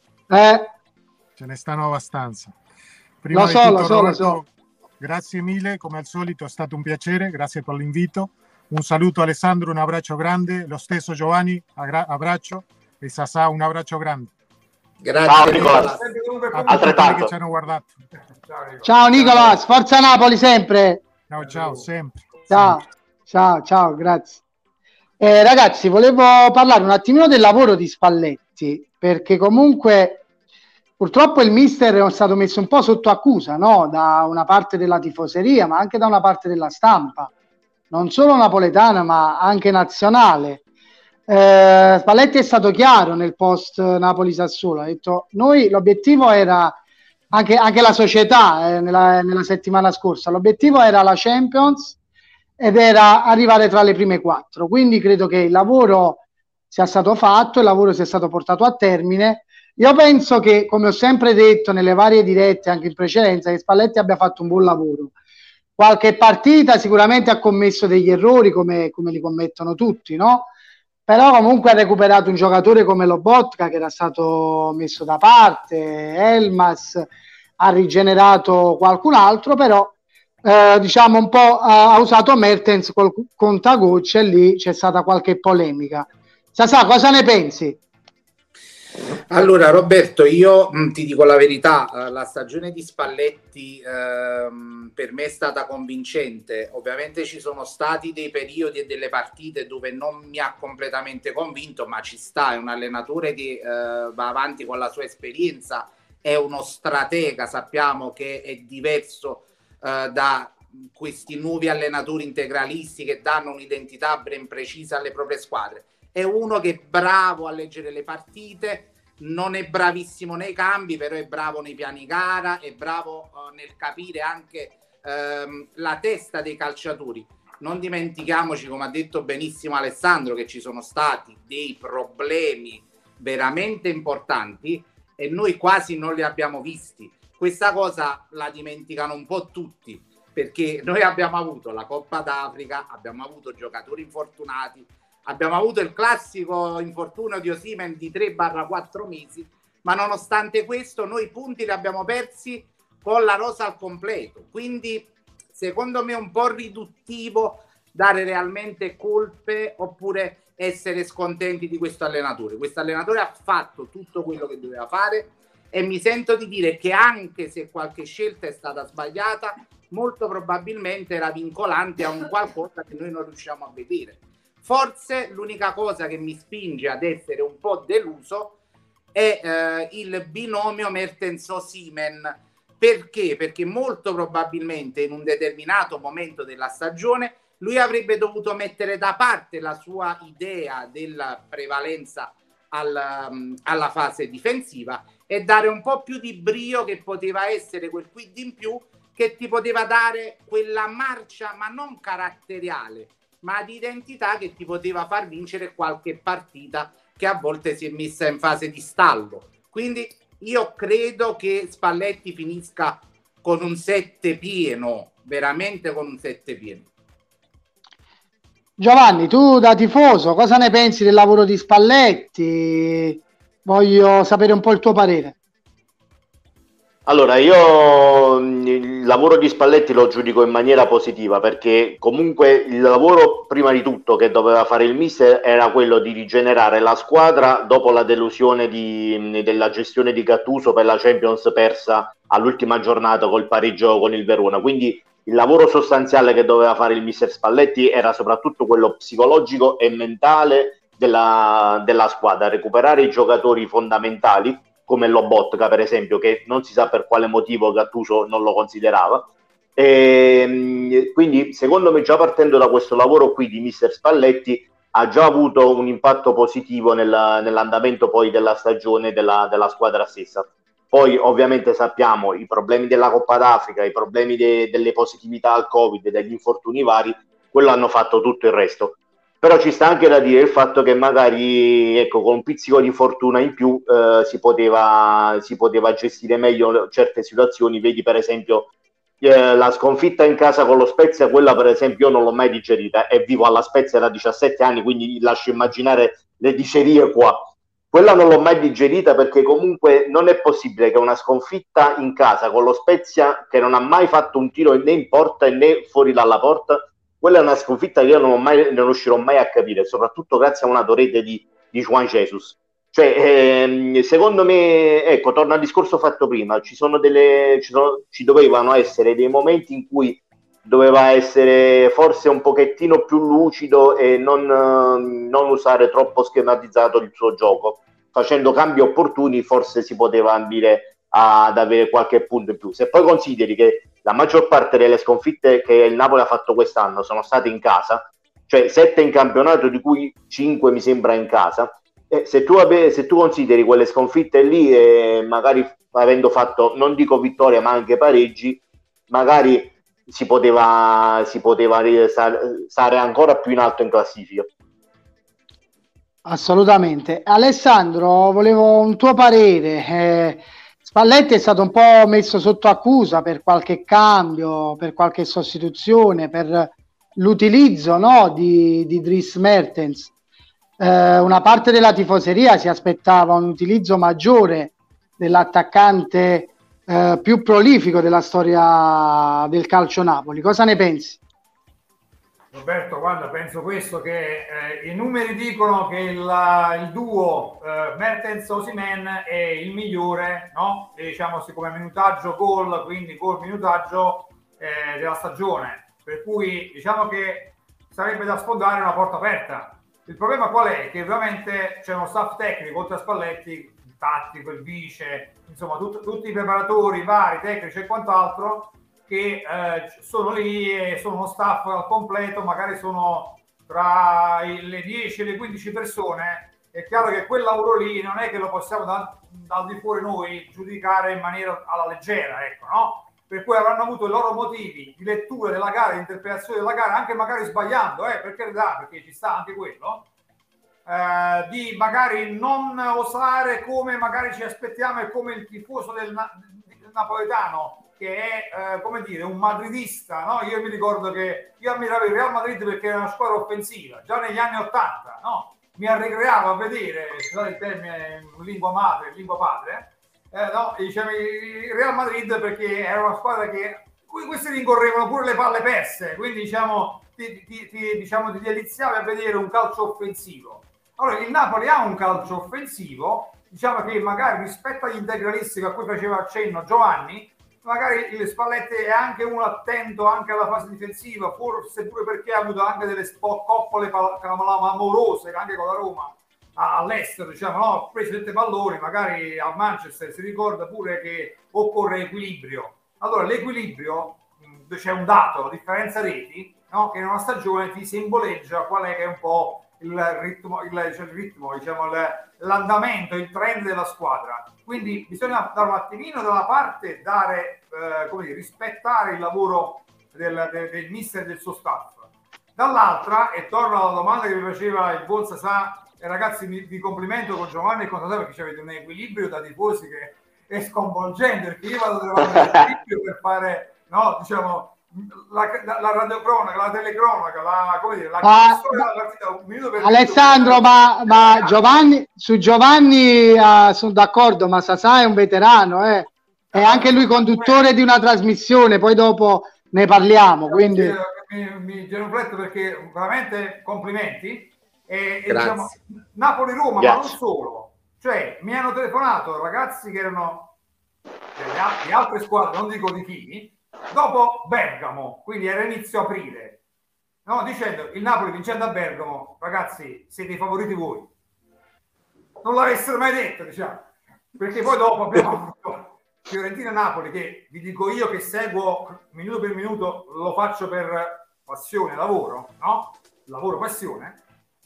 Ce ne stanno abbastanza. Prima lo so. Grazie mille, come al solito è stato un piacere, grazie per l'invito. Un saluto a Alessandro, un abbraccio grande, lo stesso Giovanni, abbraccio, e Sasà, un abbraccio grande. Grazie Nicolas. A tutti quelli che ci hanno guardato. Ciao Nicolas, forza Napoli sempre. Ciao, sempre. Ciao, grazie. Ragazzi, volevo parlare un attimino del lavoro di Spalletti, perché comunque purtroppo il mister è stato messo un po' sotto accusa, no? Da una parte della tifoseria, ma anche da una parte della stampa, non solo napoletana, ma anche nazionale. Spalletti è stato chiaro nel post Napoli-Sassuolo, ha detto noi l'obiettivo era, anche la società nella settimana scorsa, l'obiettivo era la Champions ed era arrivare tra le prime 4, quindi credo che il lavoro sia stato fatto, il lavoro sia stato portato a termine. Io penso che, come ho sempre detto nelle varie dirette anche in precedenza, che Spalletti abbia fatto un buon lavoro. Qualche partita sicuramente ha commesso degli errori come li commettono tutti, no? Però comunque ha recuperato un giocatore come Lobotka che era stato messo da parte, Elmas, ha rigenerato qualcun altro, però diciamo un po' ha usato Mertens col contagocce e lì c'è stata qualche polemica. Sasà, cosa ne pensi? Allora Roberto, io ti dico la verità, la stagione di Spalletti per me è stata convincente. Ovviamente ci sono stati dei periodi e delle partite dove non mi ha completamente convinto, ma ci sta, è un allenatore che va avanti con la sua esperienza, è uno stratega, sappiamo che è diverso da questi nuovi allenatori integralisti che danno un'identità ben precisa alle proprie squadre. È uno che è bravo a leggere le partite, non è bravissimo nei cambi, però è bravo nei piani gara, è bravo nel capire anche la testa dei calciatori. Non dimentichiamoci, come ha detto benissimo Alessandro, che ci sono stati dei problemi veramente importanti e noi quasi non li abbiamo visti. questa cosa la dimenticano un po' tutti, perché noi abbiamo avuto la Coppa d'Africa, abbiamo avuto giocatori infortunati, abbiamo avuto il classico infortunio di Osimhen di 3-4 mesi, ma nonostante questo noi punti li abbiamo persi con la rosa al completo. Quindi secondo me è un po' riduttivo dare realmente colpe oppure essere scontenti di questo allenatore. Questo allenatore ha fatto tutto quello che doveva fare e mi sento di dire che anche se qualche scelta è stata sbagliata, molto probabilmente era vincolante a un qualcosa che noi non riusciamo a vedere. Forse l'unica cosa che mi spinge ad essere un po' deluso è il binomio Mertens-Osimhen. Perché? Perché molto probabilmente in un determinato momento della stagione lui avrebbe dovuto mettere da parte la sua idea della prevalenza alla fase difensiva e dare un po' più di brio, che poteva essere quel quid in più che ti poteva dare quella marcia, ma non caratteriale, ma di identità, che ti poteva far vincere qualche partita che a volte si è messa in fase di stallo. Quindi io credo che Spalletti finisca con un 7 pieno, veramente con un 7 pieno. Giovanni, tu da tifoso, cosa ne pensi del lavoro di Spalletti? Voglio sapere un po' il tuo parere. Allora, io il lavoro di Spalletti lo giudico in maniera positiva, perché comunque il lavoro prima di tutto che doveva fare il mister era quello di rigenerare la squadra dopo la delusione della gestione di Gattuso per la Champions persa all'ultima giornata col pareggio con il Verona. Quindi il lavoro sostanziale che doveva fare il mister Spalletti era soprattutto quello psicologico e mentale della squadra, recuperare i giocatori fondamentali come Lobotka per esempio, che non si sa per quale motivo Gattuso non lo considerava. E quindi secondo me, già partendo da questo lavoro qui di mister Spalletti, ha già avuto un impatto positivo nell'andamento poi della stagione della squadra stessa. Poi ovviamente sappiamo i problemi della Coppa d'Africa, i problemi delle positività al Covid, degli infortuni vari, quello hanno fatto tutto il resto. Però ci sta anche da dire il fatto che magari, ecco, con un pizzico di fortuna in più si poteva gestire meglio certe situazioni. Vedi per esempio la sconfitta in casa con lo Spezia, quella per esempio io non l'ho mai digerita, e vivo alla Spezia da 17 anni, quindi lascio immaginare le dicerie qua. Quella non l'ho mai digerita, perché comunque non è possibile che una sconfitta in casa con lo Spezia, che non ha mai fatto un tiro né in porta né fuori dalla porta, quella è una sconfitta che io non riuscirò mai a capire, soprattutto grazie a una rete di Juan Jesus. Cioè, secondo me, ecco, torno al discorso fatto prima, ci dovevano essere dei momenti in cui doveva essere forse un pochettino più lucido e non usare troppo schematizzato il suo gioco. Facendo cambi opportuni forse si poteva ambire ad avere qualche punto in più. Se poi consideri che la maggior parte delle sconfitte che il Napoli ha fatto quest'anno sono state in casa, cioè 7 in campionato, di cui 5 mi sembra in casa, se tu consideri quelle sconfitte lì, magari avendo fatto, non dico vittoria ma anche pareggi, magari si poteva stare ancora più in alto in classifica. Assolutamente. Alessandro, volevo un tuo parere. Spalletti è stato un po' messo sotto accusa per qualche cambio, per qualche sostituzione, per l'utilizzo, no, di Dries Mertens. Una parte della tifoseria si aspettava un utilizzo maggiore dell'attaccante più prolifico della storia del calcio Napoli. Cosa ne pensi? Roberto, guarda, penso questo, che i numeri dicono che il duo Mertens-Osimhen è il migliore, no? Diciamo come minutaggio gol, quindi gol minutaggio della stagione, per cui diciamo che sarebbe da sfondare una porta aperta. Il problema qual è? Che ovviamente c'è uno staff tecnico oltre a Spalletti, il tattico, il vice, insomma tutti i preparatori vari, tecnici e quant'altro, che sono lì e sono uno staff al completo, magari sono tra le 10 e le 15 persone. È chiaro che quel lavoro lì non è che lo possiamo dal di fuori noi giudicare in maniera alla leggera, ecco, no? Per cui avranno avuto i loro motivi di lettura della gara, di interpretazione della gara, anche magari sbagliando, per carità, perché ci sta anche quello, di magari non osare come magari ci aspettiamo e come il tifoso napoletano che è come dire un madridista, no? Io mi ricordo che io ammiravo il Real Madrid perché era una squadra offensiva già negli anni '80, no? Mi arrecreavo a vedere, scusate il termine in lingua madre, lingua padre, no? Diciamo, il Real Madrid perché era una squadra che questi rincorrevano pure le palle perse, quindi diciamo ti deliziavi a vedere un calcio offensivo. Allora il Napoli ha un calcio offensivo, diciamo che magari rispetto agli integralisti a cui faceva accenno Giovanni, magari il Spalletti è anche uno attento anche alla fase difensiva, forse pure perché ha avuto anche delle coppole amorose anche con la Roma all'estero, diciamo, no? Ha preso 7 palloni, magari a Manchester si ricorda pure che occorre equilibrio. Allora l'equilibrio, c'è un dato, differenza reti, no? Che in una stagione ti simboleggia qual è che è un po' il ritmo, diciamo, l'andamento, il trend della squadra. Quindi bisogna dare un attimino dalla parte, come dire, rispettare il lavoro del mister e del suo staff. Dall'altra, e torno alla domanda che mi faceva il buon Sasà, e ragazzi vi complimento con Giovanni e con Sasà perché avete un equilibrio da tifosi che è sconvolgente, perché io vado dall'equilibrio per fare, no, diciamo, la radiocronaca, la telecronaca, come dire, la della partita un minuto per Alessandro, ma Giovanni, su Giovanni sono d'accordo, ma Sasà è un veterano, è anche lui conduttore di una trasmissione, poi dopo ne parliamo, quindi mi genufletto perché veramente complimenti e diciamo, Napoli-Roma, ma non solo, cioè mi hanno telefonato ragazzi che erano di altre squadre, non dico di chi, dopo Bergamo, quindi era inizio aprile, no? Dicendo il Napoli vincendo a Bergamo, ragazzi siete i favoriti voi, non l'avessero mai detto, diciamo, perché poi dopo abbiamo avuto Fiorentina-Napoli, che vi dico io che seguo minuto per minuto, lo faccio per passione, lavoro, no? Lavoro, passione.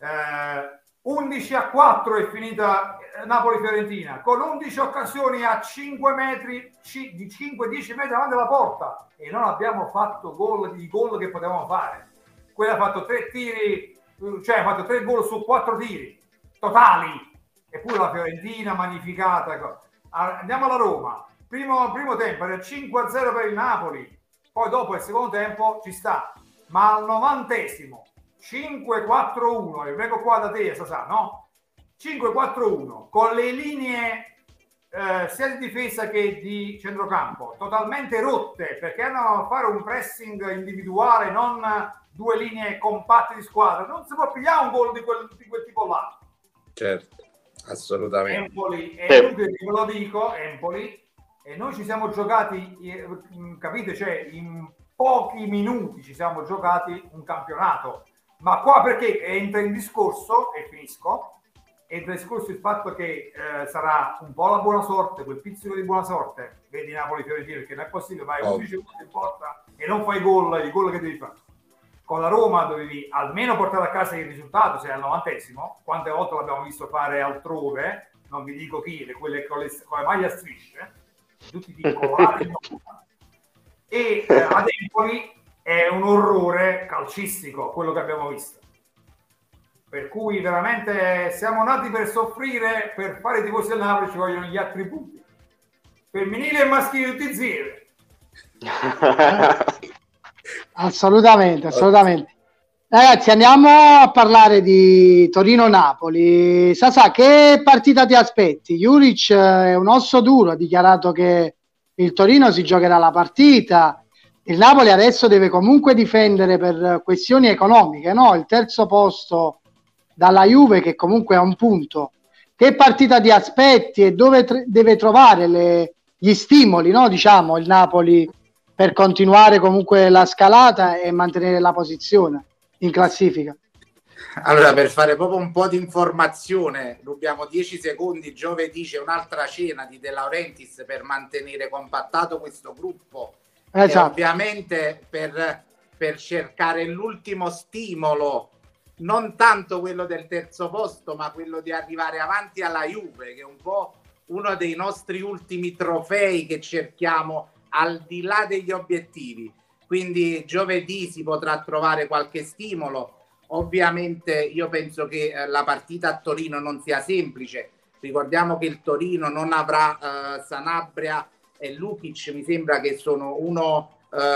11-4 è finita Napoli-Fiorentina, con 11 occasioni a 5 metri, di 5-10 metri davanti alla porta, e non abbiamo fatto i gol che potevamo fare. Quella ha fatto 3 tiri, cioè ha fatto 3 gol su 4 tiri totali, eppure la Fiorentina magnificata. Andiamo alla Roma, primo tempo era 5-0 per il Napoli, poi dopo il secondo tempo ci sta, ma al 90esimo 5-4-1, e vengo qua da te Sasà, no? 5-4-1 con le linee sia di difesa che di centrocampo totalmente rotte, perché andavano a fare un pressing individuale, non 2 linee compatte di squadra. Non si può pigliare un gol di quel tipo là. Certo, assolutamente. Empoli, è ve lo dico, Empoli, e noi ci siamo giocati, capite, cioè in pochi minuti ci siamo giocati un campionato. Ma qua perché entra in discorso, e finisco, entra in discorso il fatto che sarà un po' la buona sorte, quel pizzico di buona sorte, vedi Napoli-Fiorentina, perché non è possibile, vai 11 punti in porta e non fai i gol che devi fare. Con la Roma dovevi almeno portare a casa il risultato, sei al 90esimo, quante volte l'abbiamo visto fare altrove, non vi dico chi, quelle con le maglie a strisce, tutti piccolati, e ad Empoli è un orrore calcistico quello che abbiamo visto, per cui veramente siamo nati per soffrire, per fare i tifosi del Napoli ci vogliono gli attributi femminili e maschili tutti insieme. assolutamente. Ragazzi, andiamo a parlare di Torino-Napoli. Sasà, che partita ti aspetti? Juric è un osso duro, ha dichiarato che il Torino si giocherà la partita. Il Napoli adesso deve comunque difendere per questioni economiche, no? Il terzo posto dalla Juve, che comunque ha un punto. Che partita ti aspetti e dove deve trovare gli stimoli, no? Diciamo, il Napoli per continuare comunque la scalata e mantenere la posizione in classifica? Allora, per fare proprio un po' di informazione, rubiamo 10 secondi. Giovedì c'è un'altra cena di De Laurentiis per mantenere compattato questo gruppo. Esatto. E ovviamente per cercare l'ultimo stimolo, non tanto quello del terzo posto, ma quello di arrivare avanti alla Juve, che è un po' uno dei nostri ultimi trofei che cerchiamo al di là degli obiettivi. Quindi giovedì si potrà trovare qualche stimolo. Ovviamente io penso che la partita a Torino non sia semplice. Ricordiamo che il Torino non avrà Sanabria e Lukic mi sembra che sono uno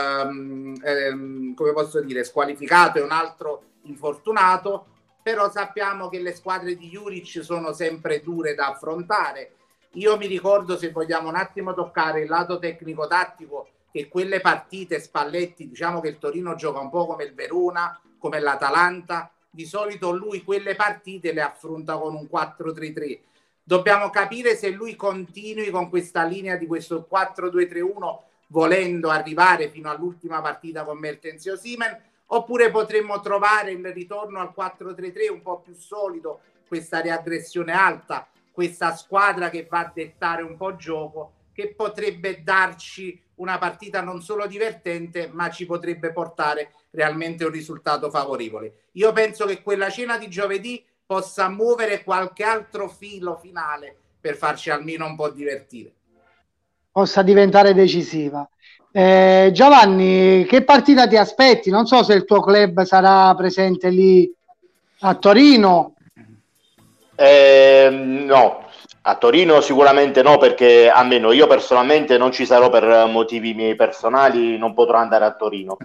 come posso dire, squalificato e un altro infortunato, però sappiamo che le squadre di Juric sono sempre dure da affrontare. Io mi ricordo, se vogliamo un attimo toccare il lato tecnico-tattico, che quelle partite Spalletti, diciamo che il Torino gioca un po' come il Verona, come l'Atalanta, di solito lui quelle partite le affronta con un 4-3-3. Dobbiamo capire se lui continui con questa linea di questo 4-2-3-1 volendo arrivare fino all'ultima partita con Mertens e Osimhen, oppure potremmo trovare il ritorno al 4-3-3 un po' più solido, questa riaggressione alta, questa squadra che va a dettare un po' gioco, che potrebbe darci una partita non solo divertente, ma ci potrebbe portare realmente un risultato favorevole. Io penso che quella cena di giovedì possa muovere qualche altro filo finale per farci almeno un po' divertire. Possa diventare decisiva. Giovanni, che partita ti aspetti? Non so se il tuo club sarà presente lì a Torino. No, a Torino sicuramente no, perché almeno io personalmente non ci sarò per motivi miei personali, non potrò andare a Torino.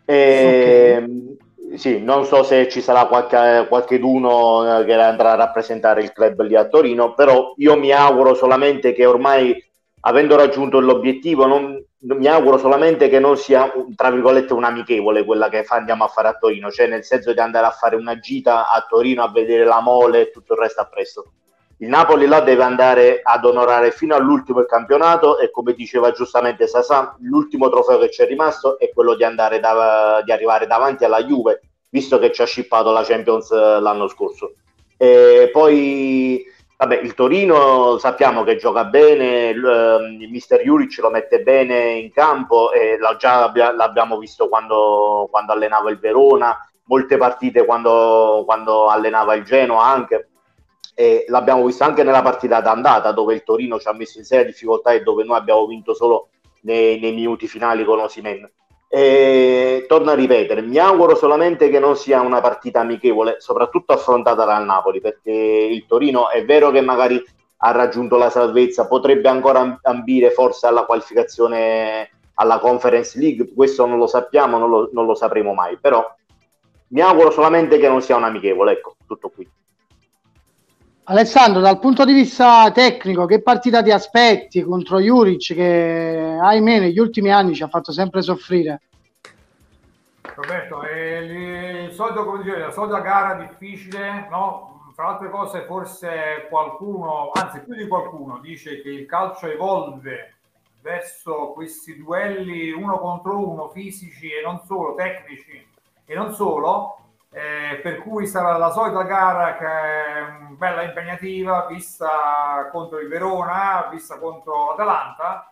Sì, non so se ci sarà qualcheduno che andrà a rappresentare il club lì a Torino, però io mi auguro solamente che ormai, avendo raggiunto l'obiettivo, mi auguro solamente che non sia, tra virgolette, un amichevole quella che andiamo a fare a Torino, cioè nel senso di andare a fare una gita a Torino a vedere la mole e tutto il resto appresso. Il Napoli là deve andare ad onorare fino all'ultimo il campionato e, come diceva giustamente Sasà, l'ultimo trofeo che c'è rimasto è quello di andare di arrivare davanti alla Juve, visto che ci ha scippato la Champions l'anno scorso. E poi vabbè, il Torino sappiamo che gioca bene, il mister Juric lo mette bene in campo e l'abbiamo visto quando allenava il Verona, molte partite quando allenava il Genoa anche, e l'abbiamo visto anche nella partita d'andata dove il Torino ci ha messo in seria difficoltà e dove noi abbiamo vinto solo nei minuti finali con Osimhen. E torno a ripetere, mi auguro solamente che non sia una partita amichevole, soprattutto affrontata dal Napoli, perché il Torino è vero che magari ha raggiunto la salvezza, potrebbe ancora ambire forse alla qualificazione alla Conference League, questo non lo sappiamo, non lo sapremo mai, però mi auguro solamente che non sia un amichevole, ecco, tutto qui. Alessandro, dal punto di vista tecnico, che partita ti aspetti contro Juric, che ahimè negli ultimi anni ci ha fatto sempre soffrire? Roberto, il solito, come dicevi, la solita gara difficile, no? Tra altre cose, forse qualcuno, anzi più di qualcuno, dice che il calcio evolve verso questi duelli uno contro uno, fisici e non solo, tecnici e non solo. Per cui sarà la solita gara che è bella impegnativa, vista contro il Verona, vista contro l'Atalanta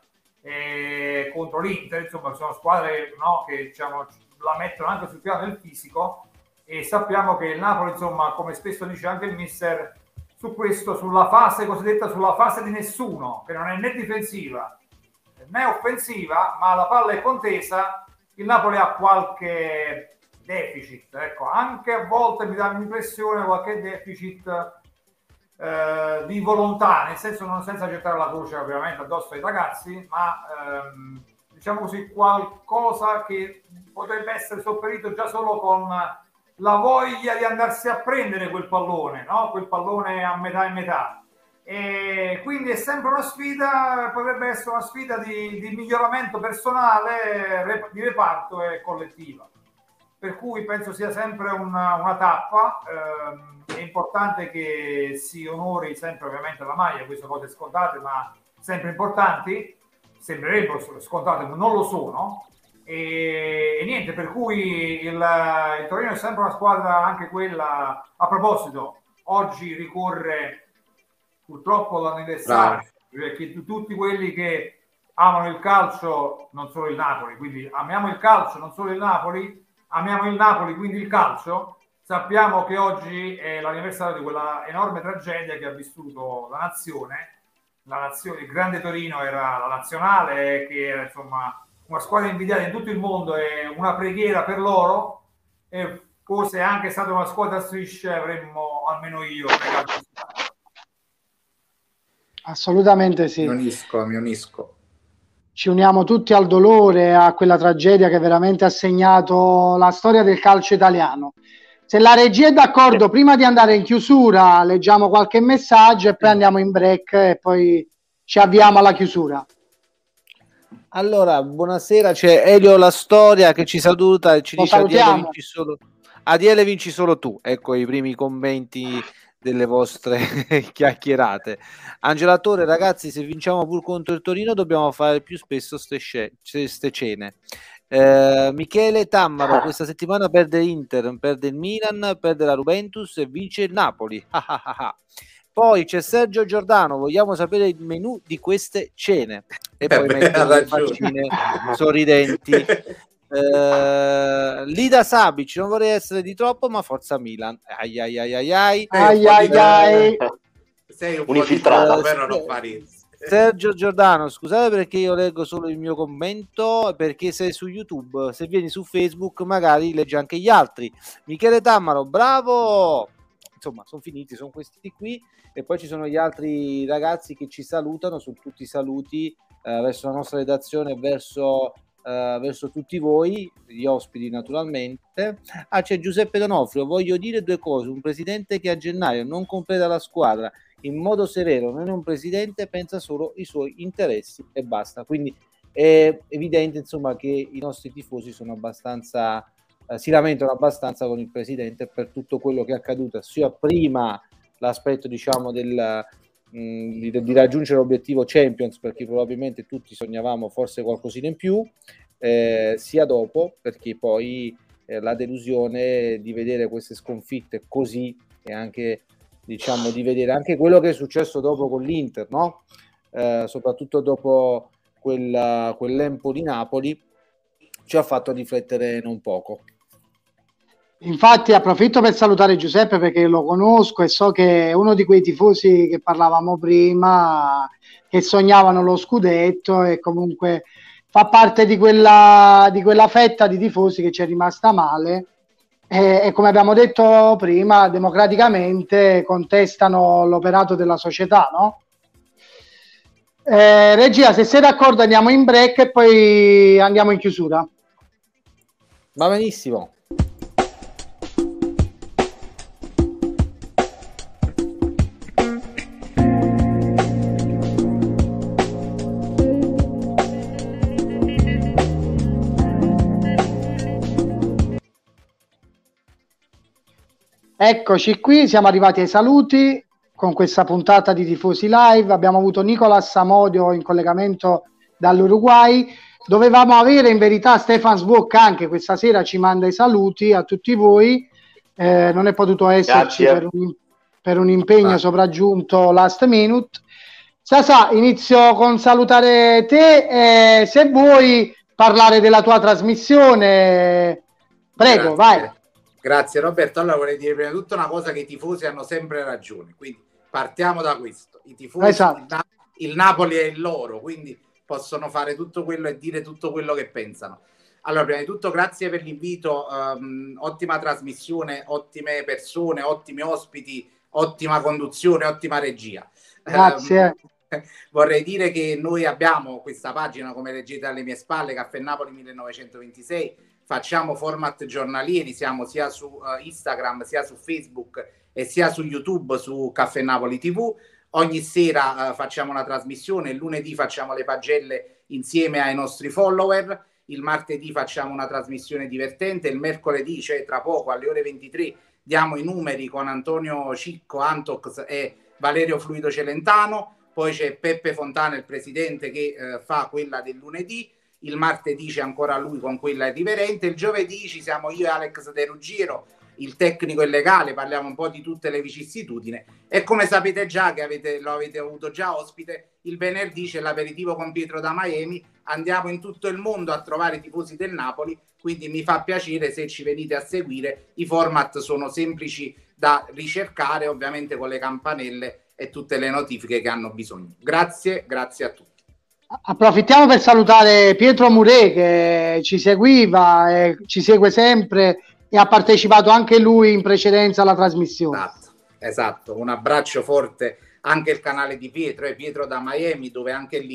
e contro l'Inter, insomma sono squadre, no, che diciamo, la mettono anche sul piano del fisico, e sappiamo che il Napoli, insomma, come spesso dice anche il mister, su questo, sulla fase cosiddetta, sulla fase di nessuno, che non è né difensiva né offensiva, ma la palla è contesa, il Napoli ha qualche deficit, ecco, anche a volte mi dà l'impressione qualche deficit di volontà, nel senso, non senza gettare la croce ovviamente addosso ai ragazzi, ma diciamo così, qualcosa che potrebbe essere sopperito già solo con la voglia di andarsi a prendere quel pallone, no? Quel pallone a metà e metà. E quindi è sempre una sfida, potrebbe essere una sfida di miglioramento personale, di reparto e collettiva. Per cui penso sia sempre una tappa. È importante che si onori sempre ovviamente la maglia, queste cose scontate ma sempre importanti, sembrerebbero scontate ma non lo sono, e niente, per cui il Torino è sempre una squadra, anche quella. A proposito, oggi ricorre purtroppo l'anniversario, perché tutti quelli che amano il calcio, non solo il Napoli, quindi amiamo il calcio, non solo il Napoli, amiamo il Napoli, quindi il calcio, sappiamo che oggi è l'anniversario di quella enorme tragedia che ha vissuto la nazione, il grande Torino era la nazionale, che era insomma una squadra invidiata in tutto il mondo, e una preghiera per loro, e forse anche stata una squadra a strisce avremmo, almeno io, pregato. Assolutamente sì. Mi unisco. ci uniamo tutti al dolore, a quella tragedia che veramente ha segnato la storia del calcio italiano. Se la regia è d'accordo, prima di andare in chiusura leggiamo qualche messaggio e poi andiamo in break e poi ci avviamo alla chiusura. Allora, buonasera, c'è Elio La Storia che ci saluta e ci dice Adiele vinci solo tu. Ecco i primi commenti delle vostre chiacchierate. Angela Torre, ragazzi, se vinciamo pur contro il Torino dobbiamo fare più spesso ste cene. Michele Tammaro, questa settimana perde l'Inter, perde il Milan, perde la Juventus e vince il Napoli. Poi c'è Sergio Giordano, vogliamo sapere il menù di queste cene. E poi mette le faccine sorridenti. Lida Sabic, non vorrei essere di troppo, ma forza Milan. Ai. Sei un infiltrato, però non fa Sergio Giordano, scusate perché io leggo solo il mio commento, perché sei su YouTube, se vieni su Facebook magari leggi anche gli altri. Michele Tammaro, bravo! Insomma, sono finiti, sono questi qui, e poi ci sono gli altri ragazzi che ci salutano, sono tutti saluti verso la nostra redazione, verso tutti voi, gli ospiti naturalmente. C'è Giuseppe D'Onofrio, voglio dire due cose: un presidente che a gennaio non completa la squadra in modo sereno non è un presidente, pensa solo ai suoi interessi e basta. Quindi è evidente, insomma, che i nostri tifosi sono abbastanza si lamentano abbastanza con il presidente per tutto quello che è accaduto, sia prima l'aspetto, diciamo, di raggiungere l'obiettivo Champions, perché probabilmente tutti sognavamo forse qualcosina in più, sia dopo, perché poi la delusione di vedere queste sconfitte così, e anche, diciamo, di vedere anche quello che è successo dopo con l'Inter, no? Soprattutto dopo quell'Empoli-Napoli, ci ha fatto riflettere non poco. Infatti approfitto per salutare Giuseppe, perché lo conosco e so che è uno di quei tifosi che parlavamo prima, che sognavano lo scudetto, e comunque fa parte di quella fetta di tifosi che ci è rimasta male, e come abbiamo detto prima, democraticamente contestano l'operato della società, no? Regia, se sei d'accordo andiamo in break e poi andiamo in chiusura. Va benissimo. Eccoci qui, siamo arrivati ai saluti con questa puntata di Tifosi Live. Abbiamo avuto Nicolas Amodio in collegamento dall'Uruguay. Dovevamo avere in verità Stefan Svok anche questa sera, ci manda i saluti a tutti voi. Non è potuto esserci per un impegno sopraggiunto last minute. Sasà, inizio con salutare te, se vuoi parlare della tua trasmissione, prego. Grazie. Vai. Grazie Roberto. Allora vorrei dire prima di tutto una cosa, che i tifosi hanno sempre ragione, quindi partiamo da questo. I tifosi, esatto. Il Napoli è il loro, quindi possono fare tutto quello e dire tutto quello che pensano. Allora, prima di tutto grazie per l'invito, ottima trasmissione, ottime persone, ottimi ospiti, ottima conduzione, ottima regia. Grazie. Vorrei dire che noi abbiamo questa pagina, come leggete alle mie spalle, Caffè Napoli 1926, facciamo format giornalieri, siamo sia su Instagram, sia su Facebook e sia su YouTube, su Caffè Napoli TV. Ogni sera facciamo una trasmissione, il lunedì facciamo le pagelle insieme ai nostri follower, il martedì facciamo una trasmissione divertente, il mercoledì, cioè tra poco alle ore 23, diamo i numeri con Antonio Cicco, Antox e Valerio Fluido Celentano. Poi c'è Peppe Fontana, il presidente, che fa quella del lunedì. Il martedì c'è ancora lui con quella irriverente. Il giovedì ci siamo io e Alex De Ruggiero, il tecnico e legale, parliamo un po' di tutte le vicissitudini. E come sapete già, che lo avete avuto già ospite, il venerdì c'è l'aperitivo con Pietro da Miami. Andiamo in tutto il mondo a trovare i tifosi del Napoli, quindi mi fa piacere se ci venite a seguire. I format sono semplici da ricercare, ovviamente con le campanelle e tutte le notifiche che hanno bisogno. Grazie a tutti. Approfittiamo per salutare Pietro Murè, che ci seguiva e ci segue sempre e ha partecipato anche lui in precedenza alla trasmissione. Esatto. Un abbraccio forte anche al canale di Pietro da Miami, dove anche lì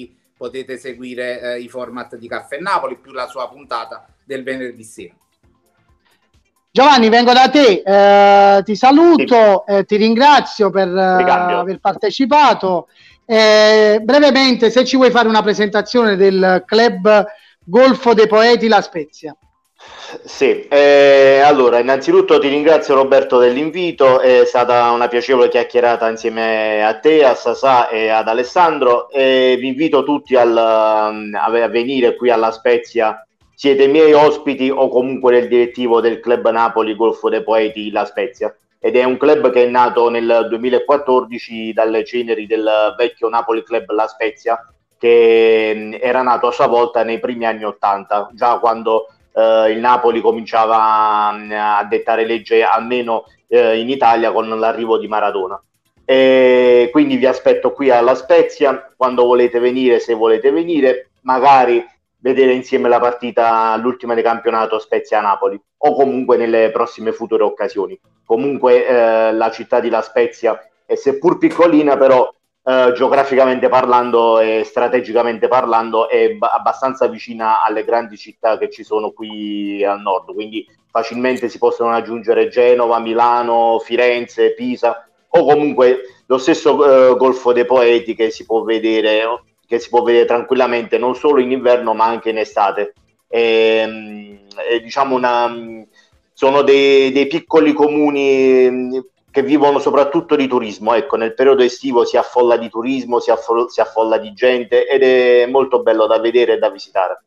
potete seguire i format di Caffè Napoli più la sua puntata del venerdì sera. Giovanni, vengo da te, ti saluto, ti ringrazio per aver partecipato. Brevemente, se ci vuoi fare una presentazione del club Golfo dei Poeti La Spezia. Sì, allora innanzitutto ti ringrazio Roberto dell'invito, è stata una piacevole chiacchierata insieme a te, a Sasà e ad Alessandro, e vi invito tutti a venire qui alla Spezia. Siete miei ospiti o comunque del direttivo del Club Napoli Golfo dei Poeti La Spezia, ed è un club che è nato nel 2014 dalle ceneri del vecchio Napoli Club La Spezia, che era nato a sua volta nei primi anni '80, già quando il Napoli cominciava a dettare legge almeno in Italia con l'arrivo di Maradona. E quindi vi aspetto qui alla Spezia quando volete venire, se volete venire, magari vedere insieme la partita, l'ultima di campionato Spezia-Napoli, o comunque nelle prossime future occasioni. Comunque la città di La Spezia è seppur piccolina, però geograficamente parlando e strategicamente parlando è abbastanza vicina alle grandi città che ci sono qui al nord, quindi facilmente si possono aggiungere Genova, Milano, Firenze, Pisa, o comunque lo stesso Golfo dei Poeti che si può vedere tranquillamente non solo in inverno ma anche in estate. Diciamo sono dei piccoli comuni che vivono soprattutto di turismo. Ecco, nel periodo estivo si affolla di turismo, si affolla di gente, ed è molto bello da vedere e da visitare.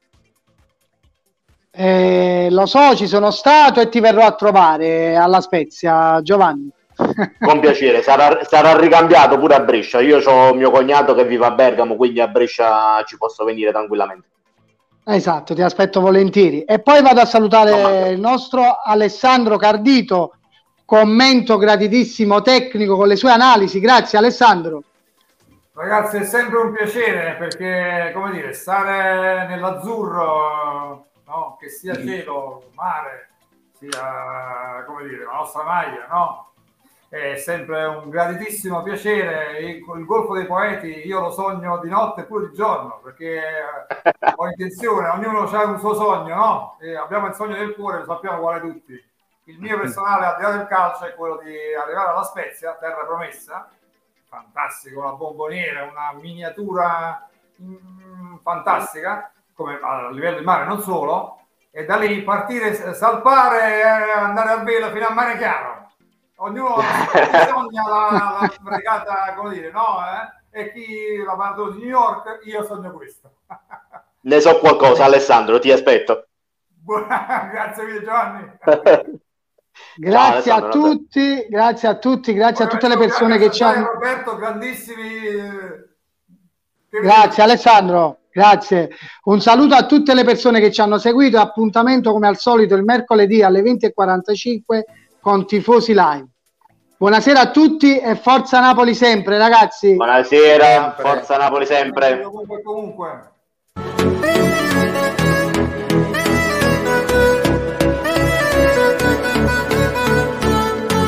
Lo so, ci sono stato e ti verrò a trovare alla Spezia, Giovanni. Con piacere, sarà ricambiato pure a Brescia. Io ho mio cognato che vive a Bergamo, quindi a Brescia ci posso venire tranquillamente. Esatto, ti aspetto volentieri. E poi vado a salutare il nostro Alessandro Cardito, commento gratitissimo tecnico con le sue analisi. Grazie Alessandro. Ragazzi, è sempre un piacere, perché, come dire, stare nell'azzurro, no? Che sia cielo, mare, sia, come dire, la nostra maglia, no? È sempre un gratitissimo piacere. Il Golfo dei Poeti io lo sogno di notte e pure di giorno, perché ho intenzione, ognuno ha un suo sogno, no? E abbiamo il sogno del cuore, lo sappiamo quale tutti. Il mio personale, al di là del calcio, è quello di arrivare alla Spezia, terra promessa, fantastico, una bomboniera, una miniatura fantastica, come a livello di mare non solo, e da lì partire, salpare e andare a vela fino a Mare Chiaro. Ognuno sogna la regata, come dire, no? E chi la maratona di New York, io sogno questo. Ne so qualcosa, Alessandro, ti aspetto. Grazie mille, Giovanni. Grazie a tutti, grazie a tutti, grazie a tutte le persone che ci hanno. Roberto, grandissimi. Grazie Alessandro, grazie. Un saluto a tutte le persone che ci hanno seguito. Appuntamento come al solito il mercoledì alle 20:45 con Tifosi Live. Buonasera a tutti e forza Napoli sempre, ragazzi. Buonasera, forza Napoli sempre. Comunque.